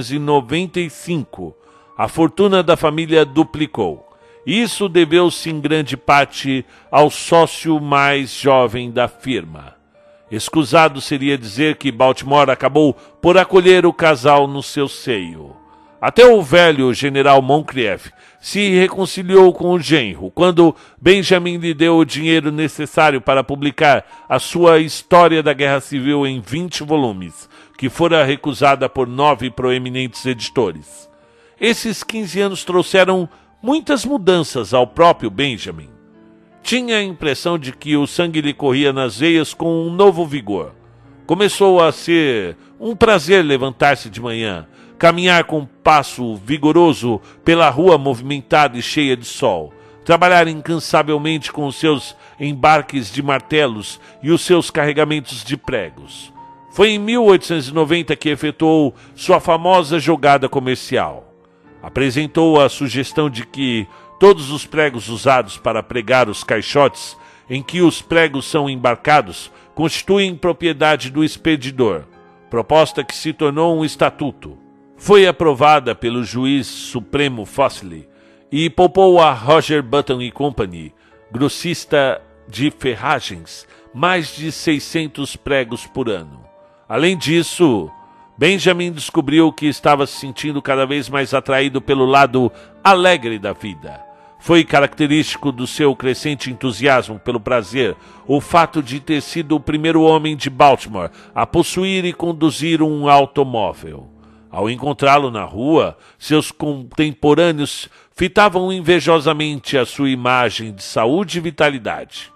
1895, a fortuna da família duplicou. Isso deveu-se em grande parte ao sócio mais jovem da firma. Escusado seria dizer que Baltimore acabou por acolher o casal no seu seio. Até o velho general Moncrieff se reconciliou com o genro quando Benjamin lhe deu o dinheiro necessário para publicar a sua História da Guerra Civil em 20 volumes, que fora recusada por 9 proeminentes editores. Esses 15 anos trouxeram muitas mudanças ao próprio Benjamin. Tinha a impressão de que o sangue lhe corria nas veias com um novo vigor. Começou a ser um prazer levantar-se de manhã, caminhar com passo vigoroso pela rua movimentada e cheia de sol, trabalhar incansavelmente com os seus embarques de martelos e os seus carregamentos de pregos. Foi em 1890 que efetuou sua famosa jogada comercial. Apresentou a sugestão de que todos os pregos usados para pregar os caixotes em que os pregos são embarcados constituem propriedade do expedidor, proposta que se tornou um estatuto. Foi aprovada pelo juiz supremo Fossley e poupou a Roger Button Company, grossista de ferragens, mais de 600 pregos por ano. Além disso, Benjamin descobriu que estava se sentindo cada vez mais atraído pelo lado alegre da vida. Foi característico do seu crescente entusiasmo pelo prazer o fato de ter sido o primeiro homem de Baltimore a possuir e conduzir um automóvel. Ao encontrá-lo na rua, seus contemporâneos fitavam invejosamente a sua imagem de saúde e vitalidade.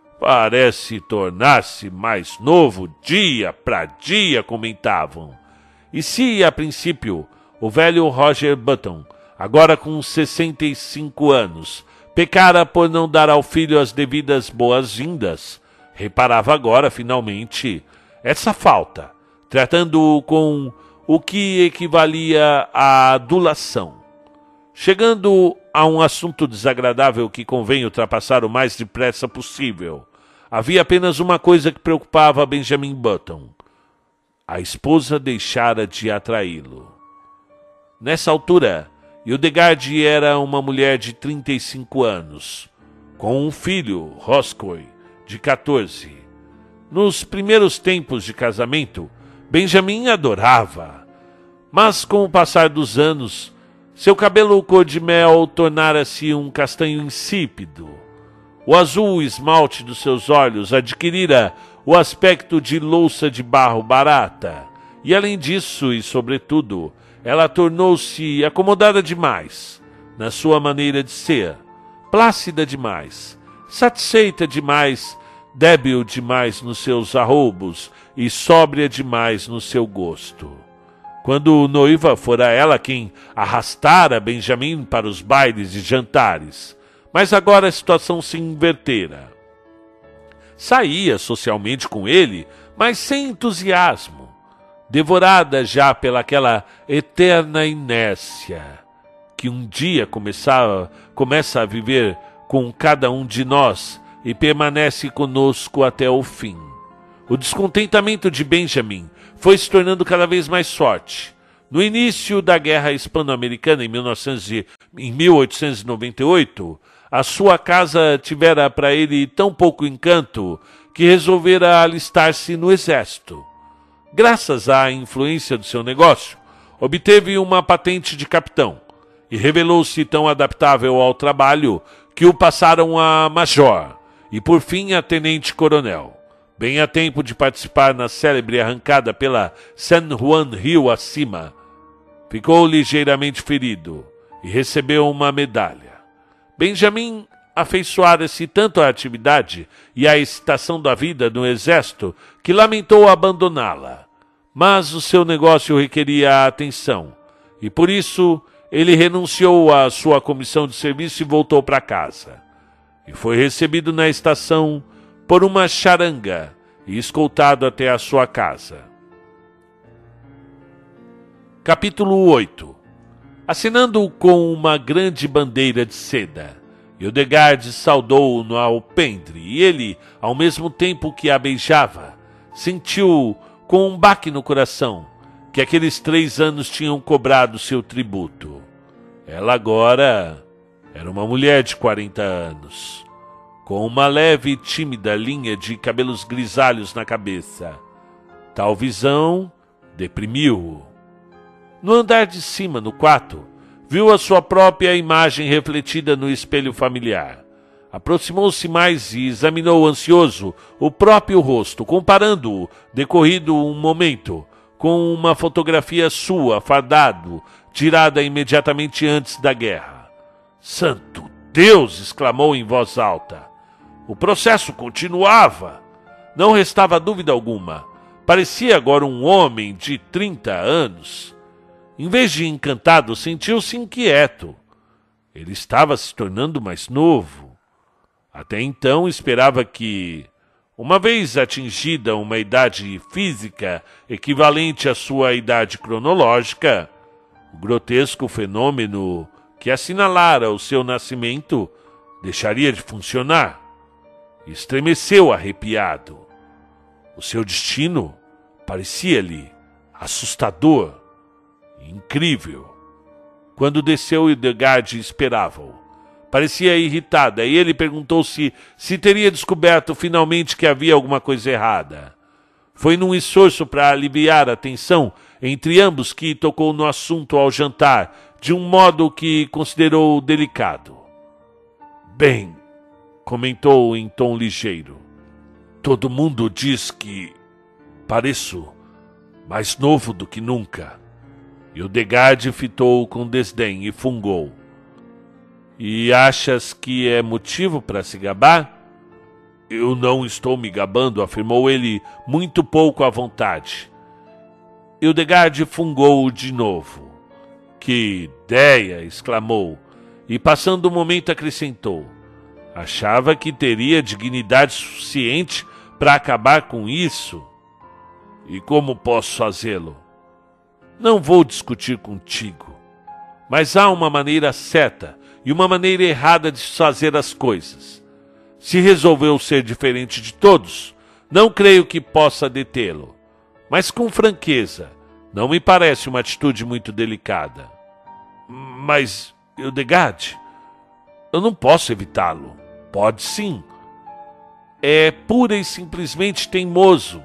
Parece tornar-se mais novo dia para dia, comentavam. E se, a princípio, o velho Roger Button, agora com 65 anos, pecara por não dar ao filho as devidas boas-vindas, reparava agora, finalmente, essa falta, tratando-o com o que equivalia à adulação. Chegando a um assunto desagradável que convém ultrapassar o mais depressa possível, havia apenas uma coisa que preocupava Benjamin Button. A esposa deixara de atraí-lo. Nessa altura, Hildegard era uma mulher de 35 anos, com um filho, Roscoe, de 14. Nos primeiros tempos de casamento, Benjamin adorava, mas com o passar dos anos, seu cabelo cor de mel tornara-se um castanho insípido. O azul esmalte dos seus olhos adquirira o aspecto de louça de barro barata, e além disso, e sobretudo, ela tornou-se acomodada demais na sua maneira de ser, plácida demais, satisfeita demais, débil demais nos seus arroubos e sóbria demais no seu gosto. Quando noiva, fora ela quem arrastara Benjamin para os bailes e jantares, mas agora a situação se invertera. Saía socialmente com ele, mas sem entusiasmo, devorada já pelaquela eterna inércia que um dia começa a viver com cada um de nós e permanece conosco até o fim. O descontentamento de Benjamin foi se tornando cada vez mais forte. No início da Guerra Hispano-Americana, em 1898, a sua casa tivera para ele tão pouco encanto que resolvera alistar-se no exército. Graças à influência do seu negócio, obteve uma patente de capitão e revelou-se tão adaptável ao trabalho que o passaram a major e, por fim, a tenente-coronel. Bem a tempo de participar na célebre arrancada pela San Juan Rio acima, ficou ligeiramente ferido e recebeu uma medalha. Benjamin afeiçoara-se tanto à atividade e à excitação da vida no exército que lamentou abandoná-la. Mas o seu negócio requeria atenção e por isso ele renunciou à sua comissão de serviço e voltou para casa. E foi recebido na estação por uma charanga e escoltado até a sua casa. Capítulo 8. Assinando com uma grande bandeira de seda, Hildegard saudou-o no alpendre e ele, ao mesmo tempo que a beijava, sentiu com um baque no coração que aqueles 3 anos tinham cobrado seu tributo. Ela agora era uma mulher de 40 anos, com uma leve e tímida linha de cabelos grisalhos na cabeça. Tal visão deprimiu-o. No andar de cima, no quarto, viu a sua própria imagem refletida no espelho familiar. Aproximou-se mais e examinou ansioso o próprio rosto, comparando-o, decorrido um momento, com uma fotografia sua, fardado, tirada imediatamente antes da guerra. "Santo Deus!" exclamou em voz alta. O processo continuava. Não restava dúvida alguma. Parecia agora um homem de 30 anos. Em vez de encantado, sentiu-se inquieto. Ele estava se tornando mais novo. Até então esperava que, uma vez atingida uma idade física equivalente à sua idade cronológica, o grotesco fenômeno que assinalara o seu nascimento deixaria de funcionar. Estremeceu arrepiado. O seu destino parecia-lhe assustador. Incrível. Quando desceu, Hildegard esperava-o. Parecia irritada e ele perguntou-se se teria descoberto finalmente que havia alguma coisa errada. Foi num esforço para aliviar a tensão entre ambos que tocou no assunto ao jantar, de um modo que considerou delicado. "Bem", comentou em tom ligeiro, "todo mundo diz que pareço mais novo do que nunca." Hildegard fitou-o com desdém e fungou. "E achas que é motivo para se gabar?" "Eu não estou me gabando", afirmou ele muito pouco à vontade. Hildegard fungou-o de novo. "Que ideia!" exclamou, e passando um momento acrescentou. "Achava que teria dignidade suficiente para acabar com isso. E como posso fazê-lo?" "Não vou discutir contigo, mas há uma maneira certa e uma maneira errada de fazer as coisas. Se resolveu ser diferente de todos, não creio que possa detê-lo. Mas com franqueza, não me parece uma atitude muito delicada." "Mas, Hildegard, eu não posso evitá-lo." "Pode sim. É pura e simplesmente teimoso.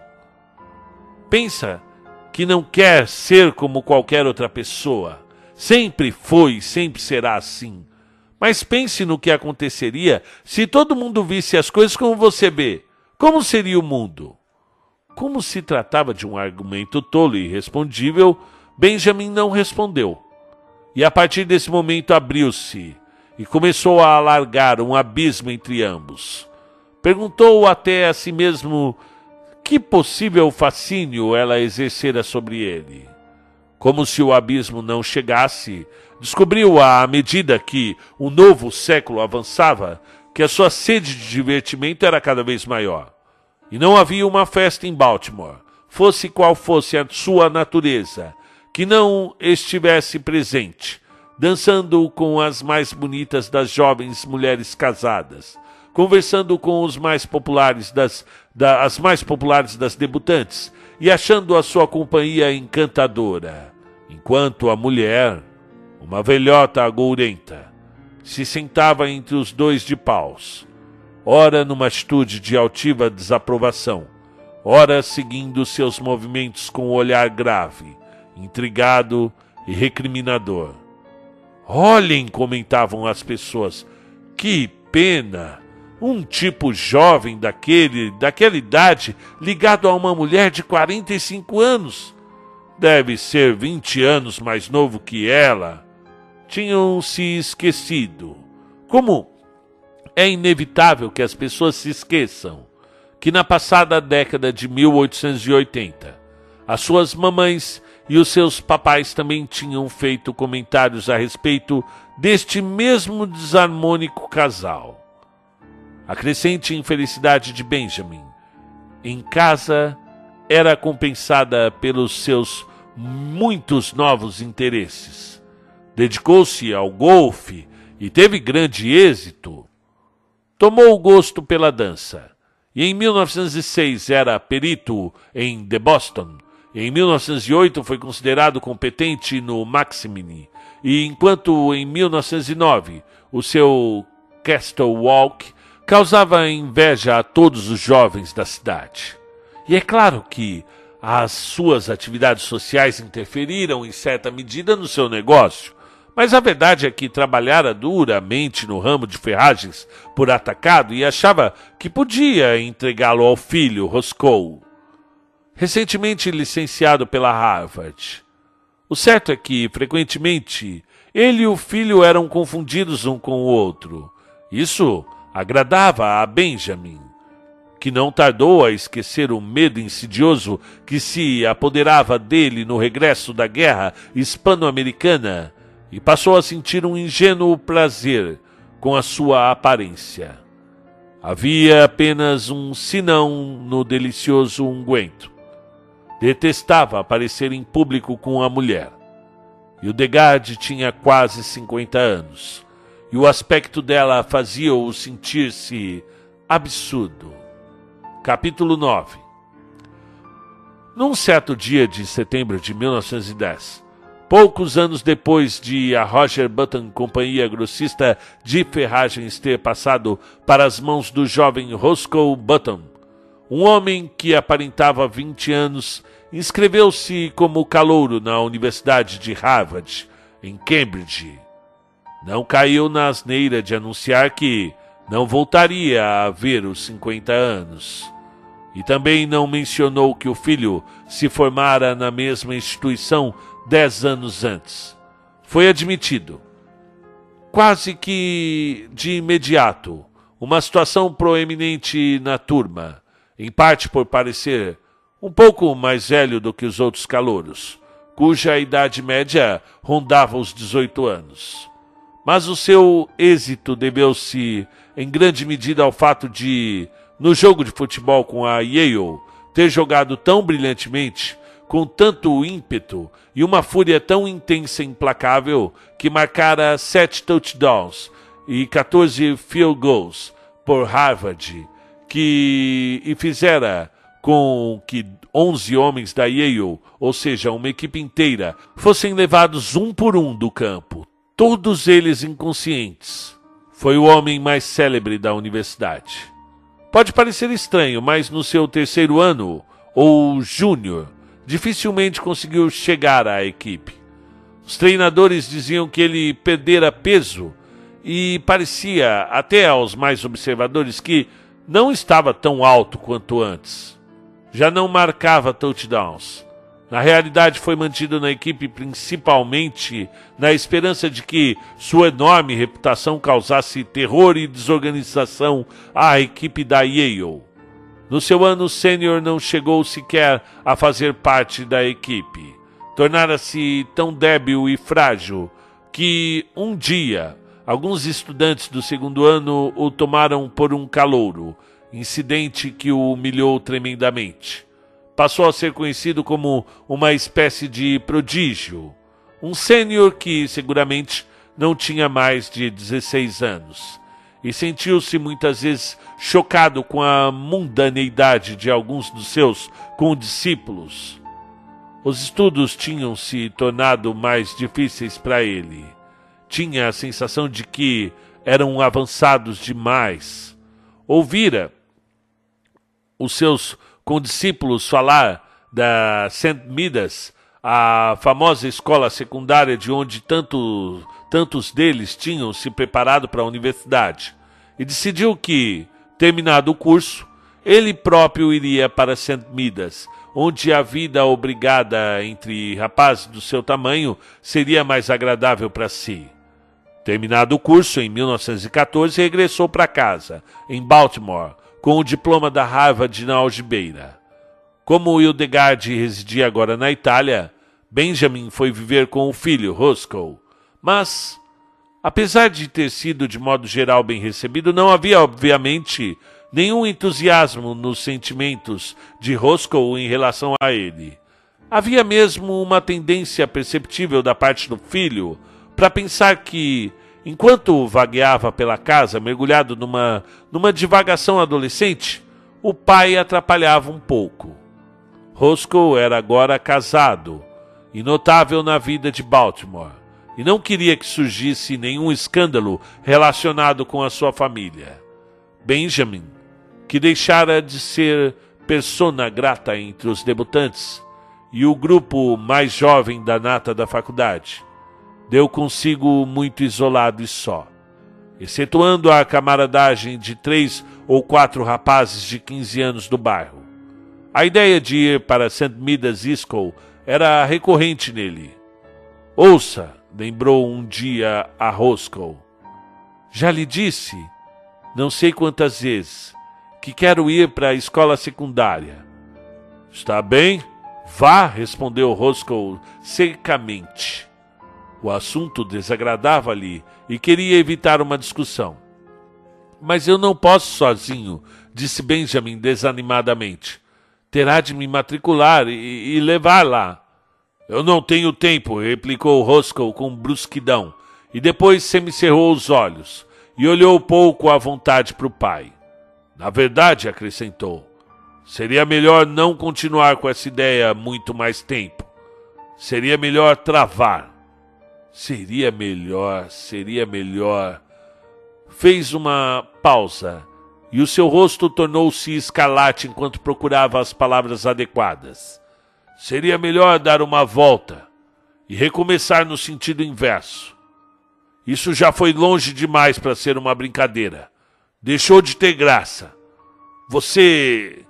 Pensa que não quer ser como qualquer outra pessoa. Sempre foi e sempre será assim. Mas pense no que aconteceria se todo mundo visse as coisas como você vê. Como seria o mundo?" Como se tratava de um argumento tolo e irrespondível, Benjamin não respondeu. E a partir desse momento abriu-se e começou a alargar um abismo entre ambos. Perguntou até a si mesmo que possível fascínio ela exercera sobre ele. Como se o abismo não chegasse, descobriu à medida que o novo século avançava que a sua sede de divertimento era cada vez maior. E não havia uma festa em Baltimore, fosse qual fosse a sua natureza, que não estivesse presente, dançando com as mais bonitas das jovens mulheres casadas, conversando com os mais populares as mais populares das debutantes e achando a sua companhia encantadora, enquanto a mulher, uma velhota agourenta, se sentava entre os dois de paus, ora numa atitude de altiva desaprovação, ora seguindo seus movimentos com um olhar grave, intrigado e recriminador. "Olhem", comentavam as pessoas, "que pena! Um tipo jovem daquela idade ligado a uma mulher de 45 anos. deve ser 20 anos mais novo que ela, tinham se esquecido. Como é inevitável que as pessoas se esqueçam que na passada década de 1880, as suas mamães e os seus papais também tinham feito comentários a respeito deste mesmo desarmônico casal. A crescente infelicidade de Benjamin em casa era compensada pelos seus muitos novos interesses. Dedicou-se ao golfe e teve grande êxito. Tomou gosto pela dança e em 1906 era perito em The Boston. Em 1908 foi considerado competente no Maximini, e enquanto em 1909 o seu Castle Walk causava inveja a todos os jovens da cidade. E é claro que as suas atividades sociais interferiram em certa medida no seu negócio, mas a verdade é que trabalhara duramente no ramo de ferragens por atacado e achava que podia entregá-lo ao filho Roscoe, recentemente licenciado pela Harvard. O certo é que, frequentemente, ele e o filho eram confundidos um com o outro. Isso agradava a Benjamin, que não tardou a esquecer o medo insidioso que se apoderava dele no regresso da guerra hispano-americana e passou a sentir um ingênuo prazer com a sua aparência. Havia apenas um senão no delicioso unguento. Detestava aparecer em público com a mulher. Hildegard tinha quase 50 anos, e o aspecto dela fazia-o sentir-se absurdo. Capítulo 9. Num certo dia de setembro de 1910, poucos anos depois de a Roger Button Companhia Grossista de Ferragens ter passado para as mãos do jovem Roscoe Button, um homem que aparentava 20 anos inscreveu-se como calouro na Universidade de Harvard, em Cambridge. Não caiu na asneira de anunciar que não voltaria a ver os 50 anos. E também não mencionou que o filho se formara na mesma instituição 10 anos antes. Foi admitido, quase que de imediato, uma situação proeminente na turma, em parte por parecer um pouco mais velho do que os outros calouros, cuja idade média rondava os 18 anos. Mas o seu êxito deveu-se, em grande medida, ao fato de, no jogo de futebol com a Yale, ter jogado tão brilhantemente, com tanto ímpeto e uma fúria tão intensa e implacável, que marcara 7 touchdowns e 14 field goals por Harvard, e fizera com que 11 homens da Yale, ou seja, uma equipe inteira, fossem levados um por um do campo, todos eles inconscientes. Foi o homem mais célebre da universidade. Pode parecer estranho, mas no seu terceiro ano, ou júnior, dificilmente conseguiu chegar à equipe. Os treinadores diziam que ele perdera peso e parecia, até aos mais observadores, que não estava tão alto quanto antes. Já não marcava touchdowns. Na realidade, foi mantido na equipe principalmente na esperança de que sua enorme reputação causasse terror e desorganização à equipe da Yale. No seu ano sênior não chegou sequer a fazer parte da equipe. Tornara-se tão débil e frágil que, um dia, alguns estudantes do segundo ano o tomaram por um calouro, incidente que o humilhou tremendamente. Passou a ser conhecido como uma espécie de prodígio, um sênior que seguramente não tinha mais de 16 anos, e sentiu-se muitas vezes chocado com a mundaneidade de alguns dos seus condiscípulos. Os estudos tinham se tornado mais difíceis para ele. Tinha a sensação de que eram avançados demais. Ouvira os seus condiscípulos falar da St. Midas, a famosa escola secundária de onde tantos deles tinham se preparado para a universidade, e decidiu que, terminado o curso, ele próprio iria para St. Midas, onde a vida obrigada entre rapazes do seu tamanho seria mais agradável para si. Terminado o curso, em 1914, regressou para casa, em Baltimore, com o diploma da Harvard na algibeira. Como Hildegard residia agora na Itália, Benjamin foi viver com o filho, Roscoe. Mas, apesar de ter sido de modo geral bem recebido, não havia, obviamente, nenhum entusiasmo nos sentimentos de Roscoe em relação a ele. Havia mesmo uma tendência perceptível da parte do filho para pensar que, enquanto vagueava pela casa, mergulhado numa divagação adolescente, o pai atrapalhava um pouco. Roscoe era agora casado e notável na vida de Baltimore, e não queria que surgisse nenhum escândalo relacionado com a sua família. Benjamin, que deixara de ser persona grata entre os debutantes e o grupo mais jovem da nata da faculdade, deu consigo muito isolado e só, excetuando a camaradagem de 3 ou 4 rapazes de 15 anos do bairro. A ideia de ir para St. Midas School era recorrente nele. Ouça, lembrou um dia a Roscoe. Já lhe disse, não sei quantas vezes, que quero ir para a escola secundária. Está bem, vá, respondeu Roscoe secamente. O assunto desagradava-lhe e queria evitar uma discussão. Mas eu não posso sozinho, disse Benjamin desanimadamente. Terá de me matricular e levar lá. Eu não tenho tempo, replicou Roscoe com brusquidão, e depois semicerrou os olhos e olhou pouco à vontade para o pai. Na verdade, acrescentou, seria melhor não continuar com essa ideia muito mais tempo. Seria melhor travar. Seria melhor. Fez uma pausa e o seu rosto tornou-se escarlate enquanto procurava as palavras adequadas. Seria melhor dar uma volta e recomeçar no sentido inverso. Isso já foi longe demais para ser uma brincadeira. Deixou de ter graça. Você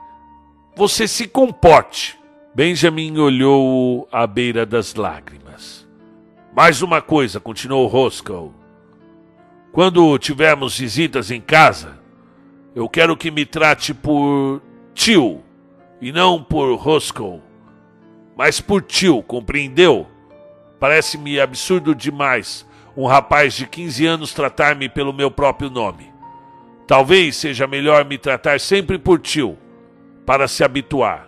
se comporte. Benjamin olhou-o à beira das lágrimas. Mais uma coisa, continuou Roscoe. Quando tivermos visitas em casa, eu quero que me trate por tio e não por Roscoe. Mas por tio, compreendeu? Parece-me absurdo demais um rapaz de 15 anos tratar-me pelo meu próprio nome. Talvez seja melhor me tratar sempre por tio, para se habituar.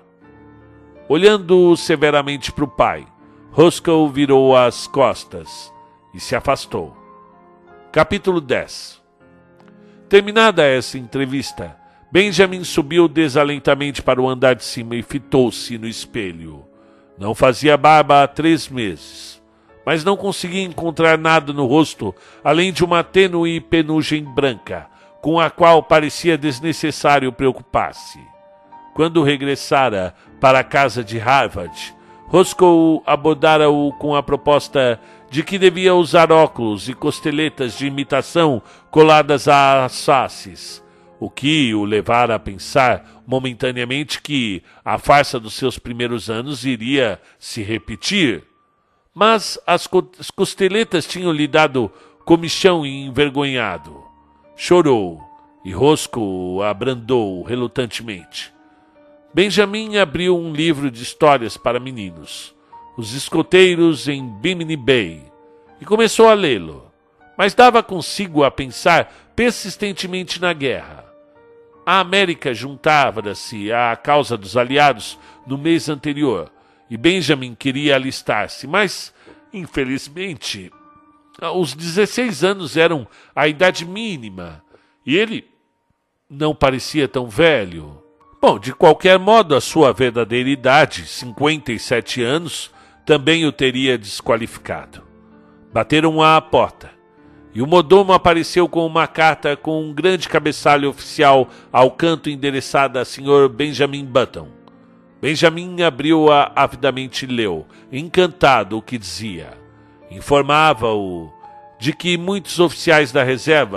Olhando severamente para o pai, Roscoe virou as costas e se afastou. Capítulo 10. Terminada essa entrevista, Benjamin subiu desalentamente para o andar de cima e fitou-se no espelho. Não fazia barba há 3 meses, mas não conseguia encontrar nada no rosto além de uma tênue penugem branca, com a qual parecia desnecessário preocupar-se. Quando regressara para a casa de Harvard, Roscoe abordara-o com a proposta de que devia usar óculos e costeletas de imitação coladas às faces, o que o levara a pensar momentaneamente que a farsa dos seus primeiros anos iria se repetir. Mas as costeletas tinham-lhe dado comichão e envergonhado. Chorou e Roscoe abrandou relutantemente. Benjamin abriu um livro de histórias para meninos, Os Escoteiros em Bimini Bay, e começou a lê-lo, mas dava consigo a pensar persistentemente na guerra. A América juntava-se à causa dos aliados no mês anterior, e Benjamin queria alistar-se, mas, infelizmente, os 16 anos eram a idade mínima, e ele não parecia tão velho. Bom, de qualquer modo, a sua verdadeira idade, 57 anos, também o teria desqualificado. Bateram à porta, e o mordomo apareceu com uma carta com um grande cabeçalho oficial ao canto endereçada a Sr. Benjamin Button. Benjamin abriu-a avidamente e leu, encantado, o que dizia. Informava-o de que muitos oficiais da reserva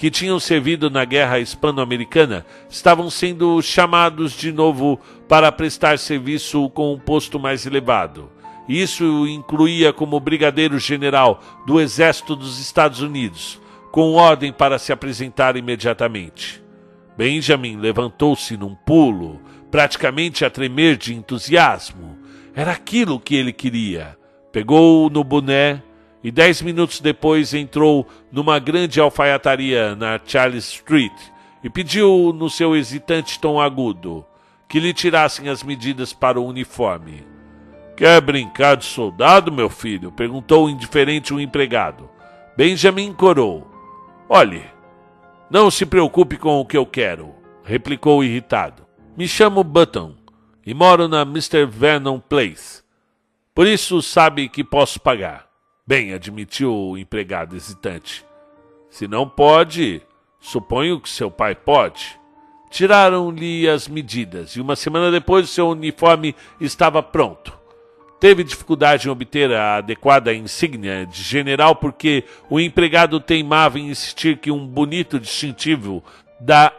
que tinham servido na Guerra Hispano-Americana estavam sendo chamados de novo para prestar serviço com um posto mais elevado. Isso incluía como brigadeiro-general do Exército dos Estados Unidos, com ordem para se apresentar imediatamente. Benjamin levantou-se num pulo, praticamente a tremer de entusiasmo. Era aquilo que ele queria. Pegou no boné e 10 minutos depois entrou numa grande alfaiataria na Charles Street e pediu no seu hesitante tom agudo que lhe tirassem as medidas para o uniforme. "Quer brincar de soldado, meu filho?" perguntou indiferente o empregado. Benjamin corou. "Olhe, não se preocupe com o que eu quero", replicou irritado. "Me chamo Button e moro na Mr. Vernon Place. Por isso sabe que posso pagar." "Bem", admitiu o empregado hesitante. "Se não pode, suponho que seu pai pode." Tiraram-lhe as medidas e uma semana depois seu uniforme estava pronto. Teve dificuldade em obter a adequada insígnia de general porque o empregado teimava em insistir que um bonito distintivo da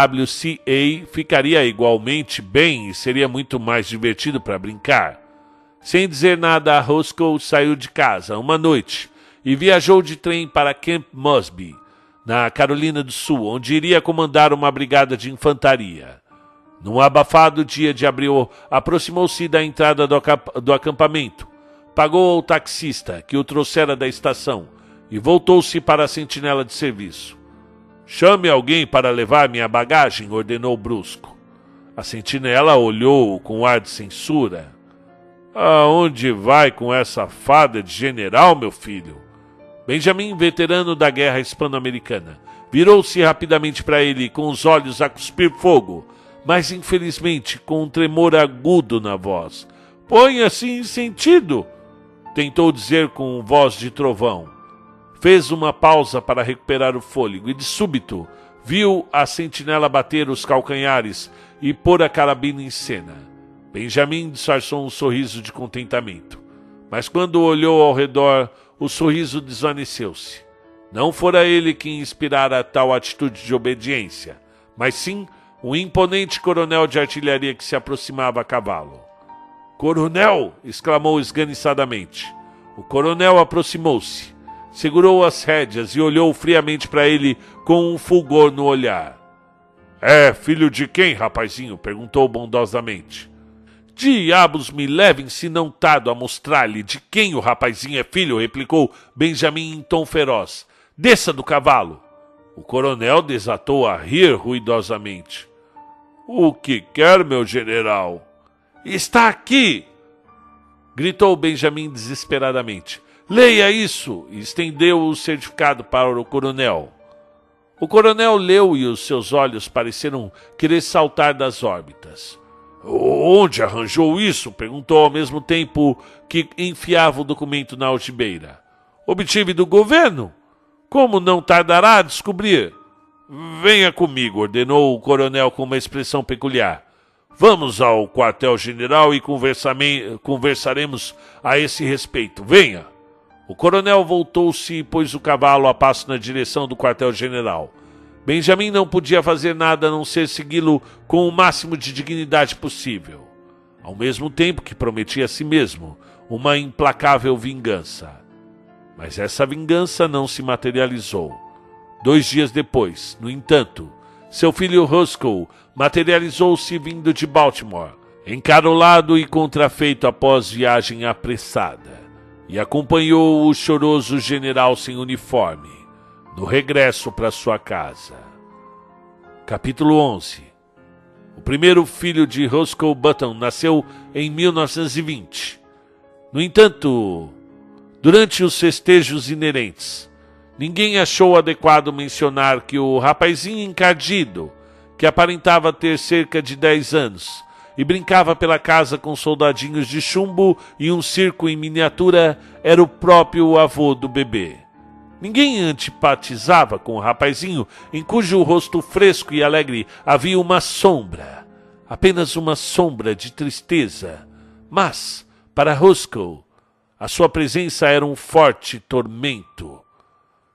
IWCA ficaria igualmente bem e seria muito mais divertido para brincar. Sem dizer nada, Roscoe saiu de casa uma noite e viajou de trem para Camp Mosby, na Carolina do Sul, onde iria comandar uma brigada de infantaria. Num abafado dia de abril, aproximou-se da entrada do acampamento, pagou ao taxista que o trouxera da estação e voltou-se para a sentinela de serviço. "Chame alguém para levar minha bagagem", ordenou brusco. A sentinela olhou com ar de censura. "Aonde vai com essa farda de general, meu filho?" Benjamin, veterano da Guerra Hispano-Americana, virou-se rapidamente para ele com os olhos a cuspir fogo, mas infelizmente com um tremor agudo na voz. "Ponha-se em sentido", tentou dizer com voz de trovão. Fez uma pausa para recuperar o fôlego e de súbito viu a sentinela bater os calcanhares e pôr a carabina em cena. Benjamin disfarçou um sorriso de contentamento, mas quando olhou ao redor, o sorriso desvaneceu-se. Não fora ele quem inspirara tal atitude de obediência, mas sim um imponente coronel de artilharia que se aproximava a cavalo. "Coronel!" exclamou esganiçadamente. O coronel aproximou-se, segurou as rédeas e olhou friamente para ele com um fulgor no olhar. "É filho de quem, rapazinho?" perguntou bondosamente. "Diabos me levem se não tardo a mostrar-lhe de quem o rapazinho é filho", replicou Benjamin em tom feroz. "Desça do cavalo." O coronel desatou a rir ruidosamente. "O que quer, meu general?" "Está aqui!" gritou Benjamin desesperadamente. "Leia isso!" e estendeu o certificado para o coronel. O coronel leu e os seus olhos pareceram querer saltar das órbitas. "Onde arranjou isso?" perguntou ao mesmo tempo que enfiava o documento na algibeira. "Obtive do governo. Como não tardará a descobrir?" "Venha comigo", ordenou o coronel com uma expressão peculiar. "Vamos ao quartel-general e conversaremos a esse respeito. Venha." O coronel voltou-se e pôs o cavalo a passo na direção do quartel-general. Benjamin não podia fazer nada a não ser segui-lo com o máximo de dignidade possível, ao mesmo tempo que prometia a si mesmo uma implacável vingança. Mas essa vingança não se materializou. 2 dias depois, no entanto, seu filho Roscoe materializou-se vindo de Baltimore, encarolado e contrafeito após viagem apressada, e acompanhou o choroso general sem uniforme no regresso para sua casa. Capítulo 11. O primeiro filho de Roscoe Button nasceu em 1920. No entanto, durante os festejos inerentes, ninguém achou adequado mencionar que o rapazinho encardido, que aparentava ter cerca de 10 anos e brincava pela casa com soldadinhos de chumbo e um circo em miniatura, era o próprio avô do bebê. Ninguém antipatizava com o rapazinho, em cujo rosto fresco e alegre havia uma sombra, apenas uma sombra de tristeza. Mas, para Roscoe, a sua presença era um forte tormento.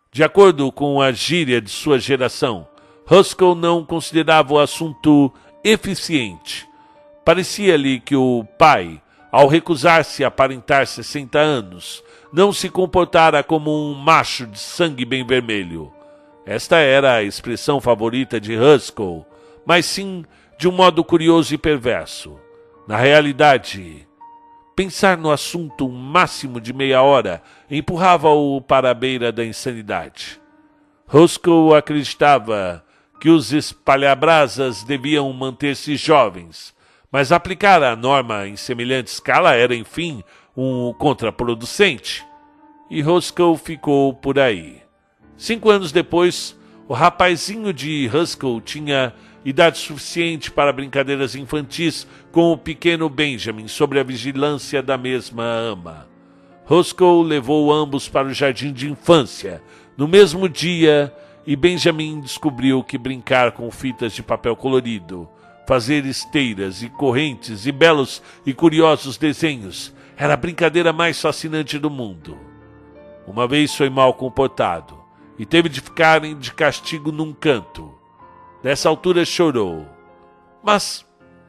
De acordo com a gíria de sua geração, Huskell não considerava o assunto eficiente. Parecia-lhe que o pai, ao recusar-se a aparentar 60 anos, não se comportara como um macho de sangue bem vermelho. Esta era a expressão favorita de Huskell, mas sim de um modo curioso e perverso. Na realidade, pensar no assunto um máximo de meia hora empurrava-o para a beira da insanidade. Huskell acreditava que os espalhabrasas deviam manter-se jovens, mas aplicar a norma em semelhante escala era, enfim, um contraproducente. E Huskell ficou por aí. 5 anos depois, o rapazinho de Huskell tinha idade suficiente para brincadeiras infantis com o pequeno Benjamin sob a vigilância da mesma ama. Huskell levou ambos para o jardim de infância no mesmo dia e Benjamin descobriu que brincar com fitas de papel colorido, fazer esteiras e correntes e belos e curiosos desenhos era a brincadeira mais fascinante do mundo. Uma vez foi mal comportado e teve de ficar de castigo num canto. Nessa altura chorou. Mas,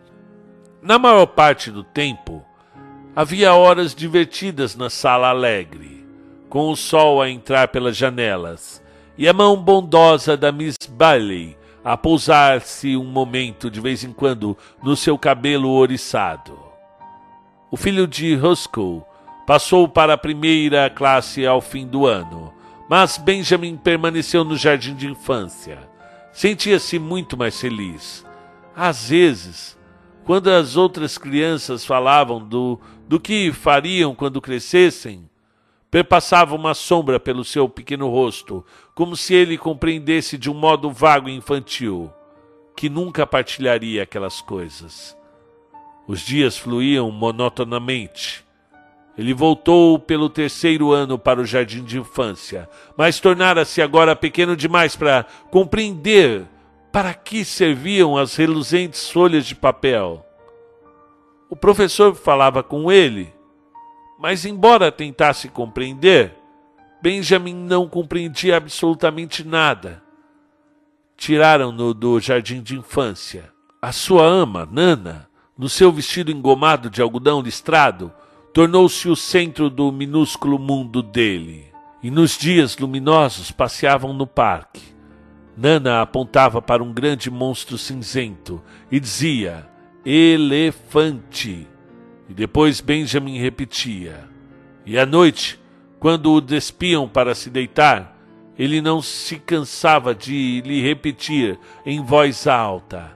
na maior parte do tempo, havia horas divertidas na sala alegre, com o sol a entrar pelas janelas e a mão bondosa da Miss Bailey a pousar-se um momento de vez em quando no seu cabelo ouriçado. O filho de Huskell passou para a primeira classe ao fim do ano, mas Benjamin permaneceu no jardim de infância. Sentia-se muito mais feliz. Às vezes, quando as outras crianças falavam do que fariam quando crescessem, perpassava uma sombra pelo seu pequeno rosto, como se ele compreendesse de um modo vago e infantil que nunca partilharia aquelas coisas. Os dias fluíam monotonamente. Ele voltou pelo 3º ano para o jardim de infância, mas tornara-se agora pequeno demais para compreender para que serviam as reluzentes folhas de papel. O professor falava com ele, mas embora tentasse compreender, Benjamin não compreendia absolutamente nada. Tiraram-no do jardim de infância. A sua ama, Nana, no seu vestido engomado de algodão listrado, tornou-se o centro do minúsculo mundo dele. E nos dias luminosos passeavam no parque. Nana apontava para um grande monstro cinzento e dizia: elefante. E depois Benjamin repetia. E à noite, quando o despiam para se deitar, ele não se cansava de lhe repetir em voz alta: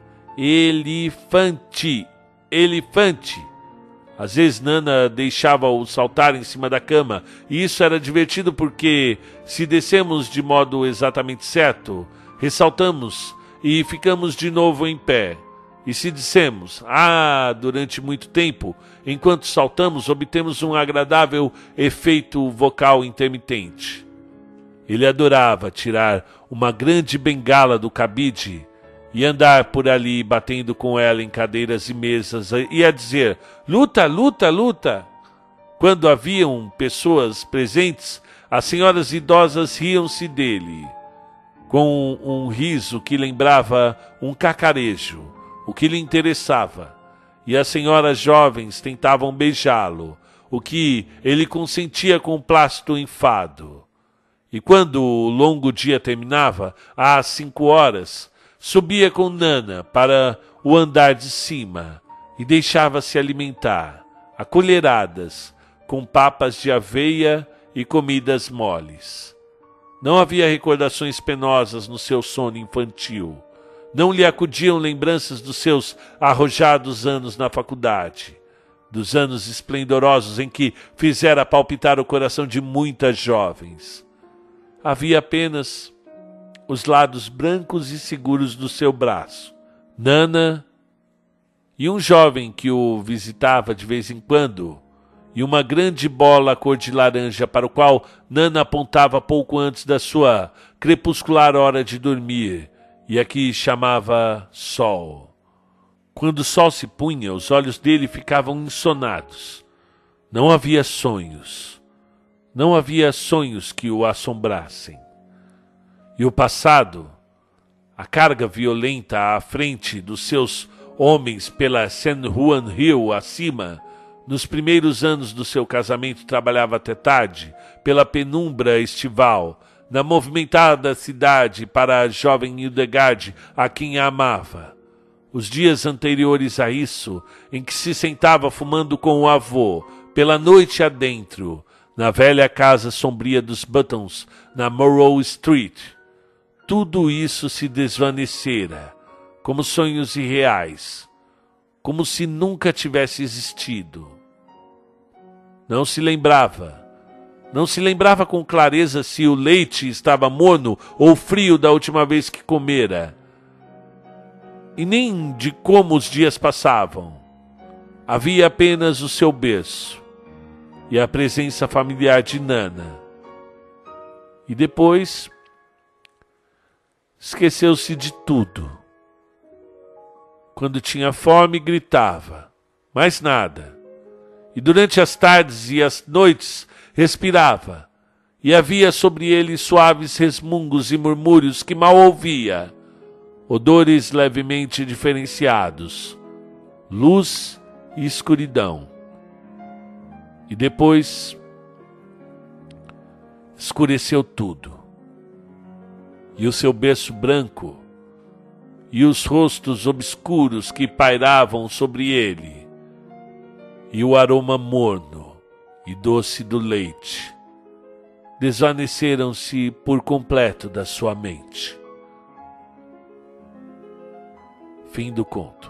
elefante, elefante. Às vezes Nana deixava-o saltar em cima da cama, e isso era divertido porque, se descemos de modo exatamente certo, ressaltamos e ficamos de novo em pé. E se dissemos, durante muito tempo, enquanto saltamos, obtemos um agradável efeito vocal intermitente. Ele adorava tirar uma grande bengala do cabide e andar por ali batendo com ela em cadeiras e mesas e a dizer: luta, luta, luta. Quando haviam pessoas presentes, as senhoras idosas riam-se dele, com um riso que lembrava um cacarejo, o que lhe interessava, e as senhoras jovens tentavam beijá-lo, o que ele consentia com plácido enfado. E quando o longo dia terminava, às 5 horas, subia com Nana para o andar de cima e deixava-se alimentar, a colheradas, com papas de aveia e comidas moles. Não havia recordações penosas no seu sono infantil. Não lhe acudiam lembranças dos seus arrojados anos na faculdade, dos anos esplendorosos em que fizera palpitar o coração de muitas jovens. Havia apenas os lados brancos e seguros do seu braço, Nana e um jovem que o visitava de vez em quando, e uma grande bola cor de laranja para o qual Nana apontava pouco antes da sua crepuscular hora de dormir, e a que chamava Sol. Quando o sol se punha, os olhos dele ficavam insonados. Não havia sonhos. Não havia sonhos que o assombrassem. E o passado, a carga violenta à frente dos seus homens pela San Juan Hill acima, nos primeiros anos do seu casamento trabalhava até tarde, pela penumbra estival, na movimentada cidade para a jovem Hildegard, a quem a amava. Os dias anteriores a isso, em que se sentava fumando com o avô, pela noite adentro, na velha casa sombria dos Buttons, na Morrow Street, tudo isso se desvanecera, como sonhos irreais, como se nunca tivesse existido. Não se lembrava com clareza se o leite estava morno ou frio da última vez que comera, e nem de como os dias passavam. Havia apenas o seu berço e a presença familiar de Nana. E depois esqueceu-se de tudo. Quando tinha fome, gritava, mais nada. E durante as tardes e as noites, respirava, e havia sobre ele suaves resmungos e murmúrios que mal ouvia, odores levemente diferenciados, luz e escuridão. E depois escureceu tudo, e o seu berço branco, e os rostos obscuros que pairavam sobre ele, e o aroma morno e doce do leite, desvaneceram-se por completo da sua mente. Fim do conto.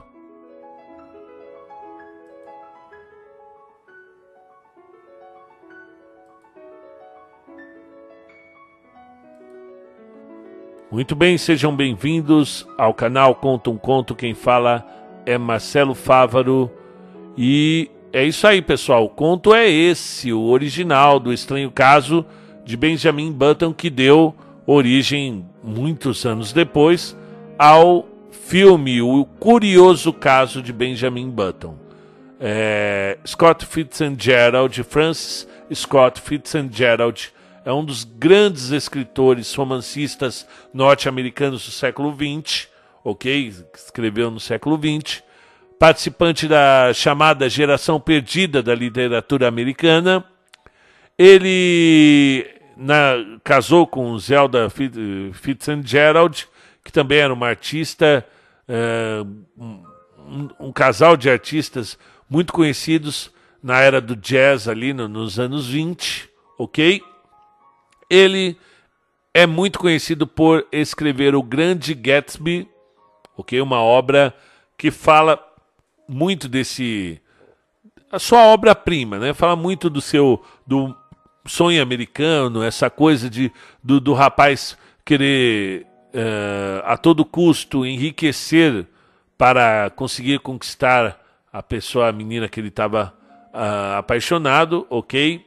Muito bem, sejam bem-vindos ao canal Conta um Conto. Quem fala é Marcelo Fávaro. E é isso aí, pessoal. O conto é esse, o original do Estranho Caso de Benjamin Button, que deu origem, muitos anos depois, ao filme O Curioso Caso de Benjamin Button. Scott Fitzgerald, Francis Scott Fitzgerald, é um dos grandes escritores romancistas norte-americanos do século XX, ok? Escreveu no século XX, participante da chamada geração perdida da literatura americana. Ele casou com Zelda Fitzgerald, que também era uma artista, um casal de artistas muito conhecidos na era do jazz ali nos anos 20, ok? Ele é muito conhecido por escrever O Grande Gatsby, ok? Uma obra que fala muito a sua obra-prima, né? Fala muito do sonho americano, essa coisa do rapaz querer a todo custo enriquecer para conseguir conquistar a menina que ele estava apaixonado, ok?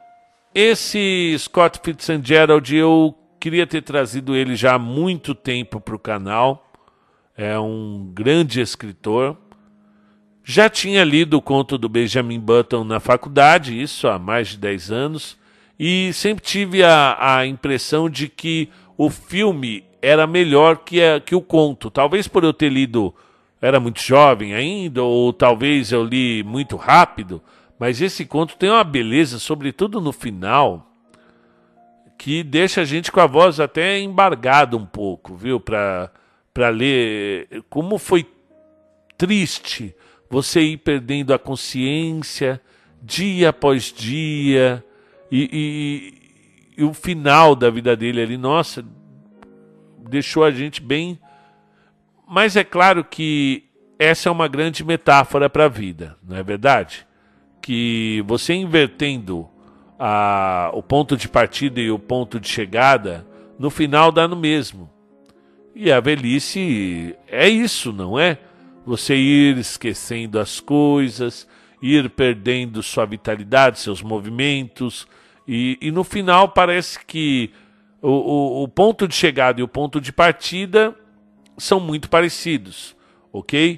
Esse Scott Fitzgerald, eu queria ter trazido ele já há muito tempo para o canal. É um grande escritor. Já tinha lido o conto do Benjamin Button na faculdade, isso há mais de 10 anos, e sempre tive a impressão de que o filme era melhor que o conto. Talvez por eu ter lido, era muito jovem ainda, ou talvez eu li muito rápido, mas esse conto tem uma beleza, sobretudo no final, que deixa a gente com a voz até embargada um pouco, viu? Para ler. Como foi triste você ir perdendo a consciência dia após dia, e o final da vida dele ali, nossa, deixou a gente bem. Mas é claro que essa é uma grande metáfora para a vida, não é verdade? Que você invertendo o ponto de partida e o ponto de chegada, no final dá no mesmo. E a velhice é isso, não é? Você ir esquecendo as coisas, ir perdendo sua vitalidade, seus movimentos, e no final parece que o ponto de chegada e o ponto de partida são muito parecidos, ok?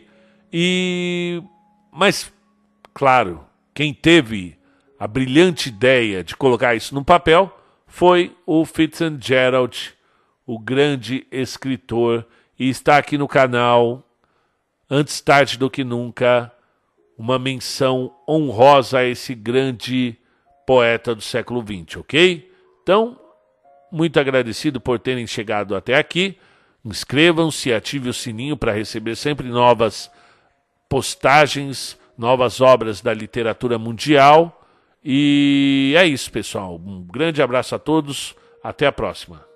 Mas, claro, quem teve a brilhante ideia de colocar isso no papel foi o Fitzgerald, o grande escritor, e está aqui no canal, antes tarde do que nunca, uma menção honrosa a esse grande poeta do século XX, ok? Então, muito agradecido por terem chegado até aqui. Inscrevam-se e ative o sininho para receber sempre novas postagens, novas obras da literatura mundial. E é isso, pessoal. Um grande abraço a todos. Até a próxima.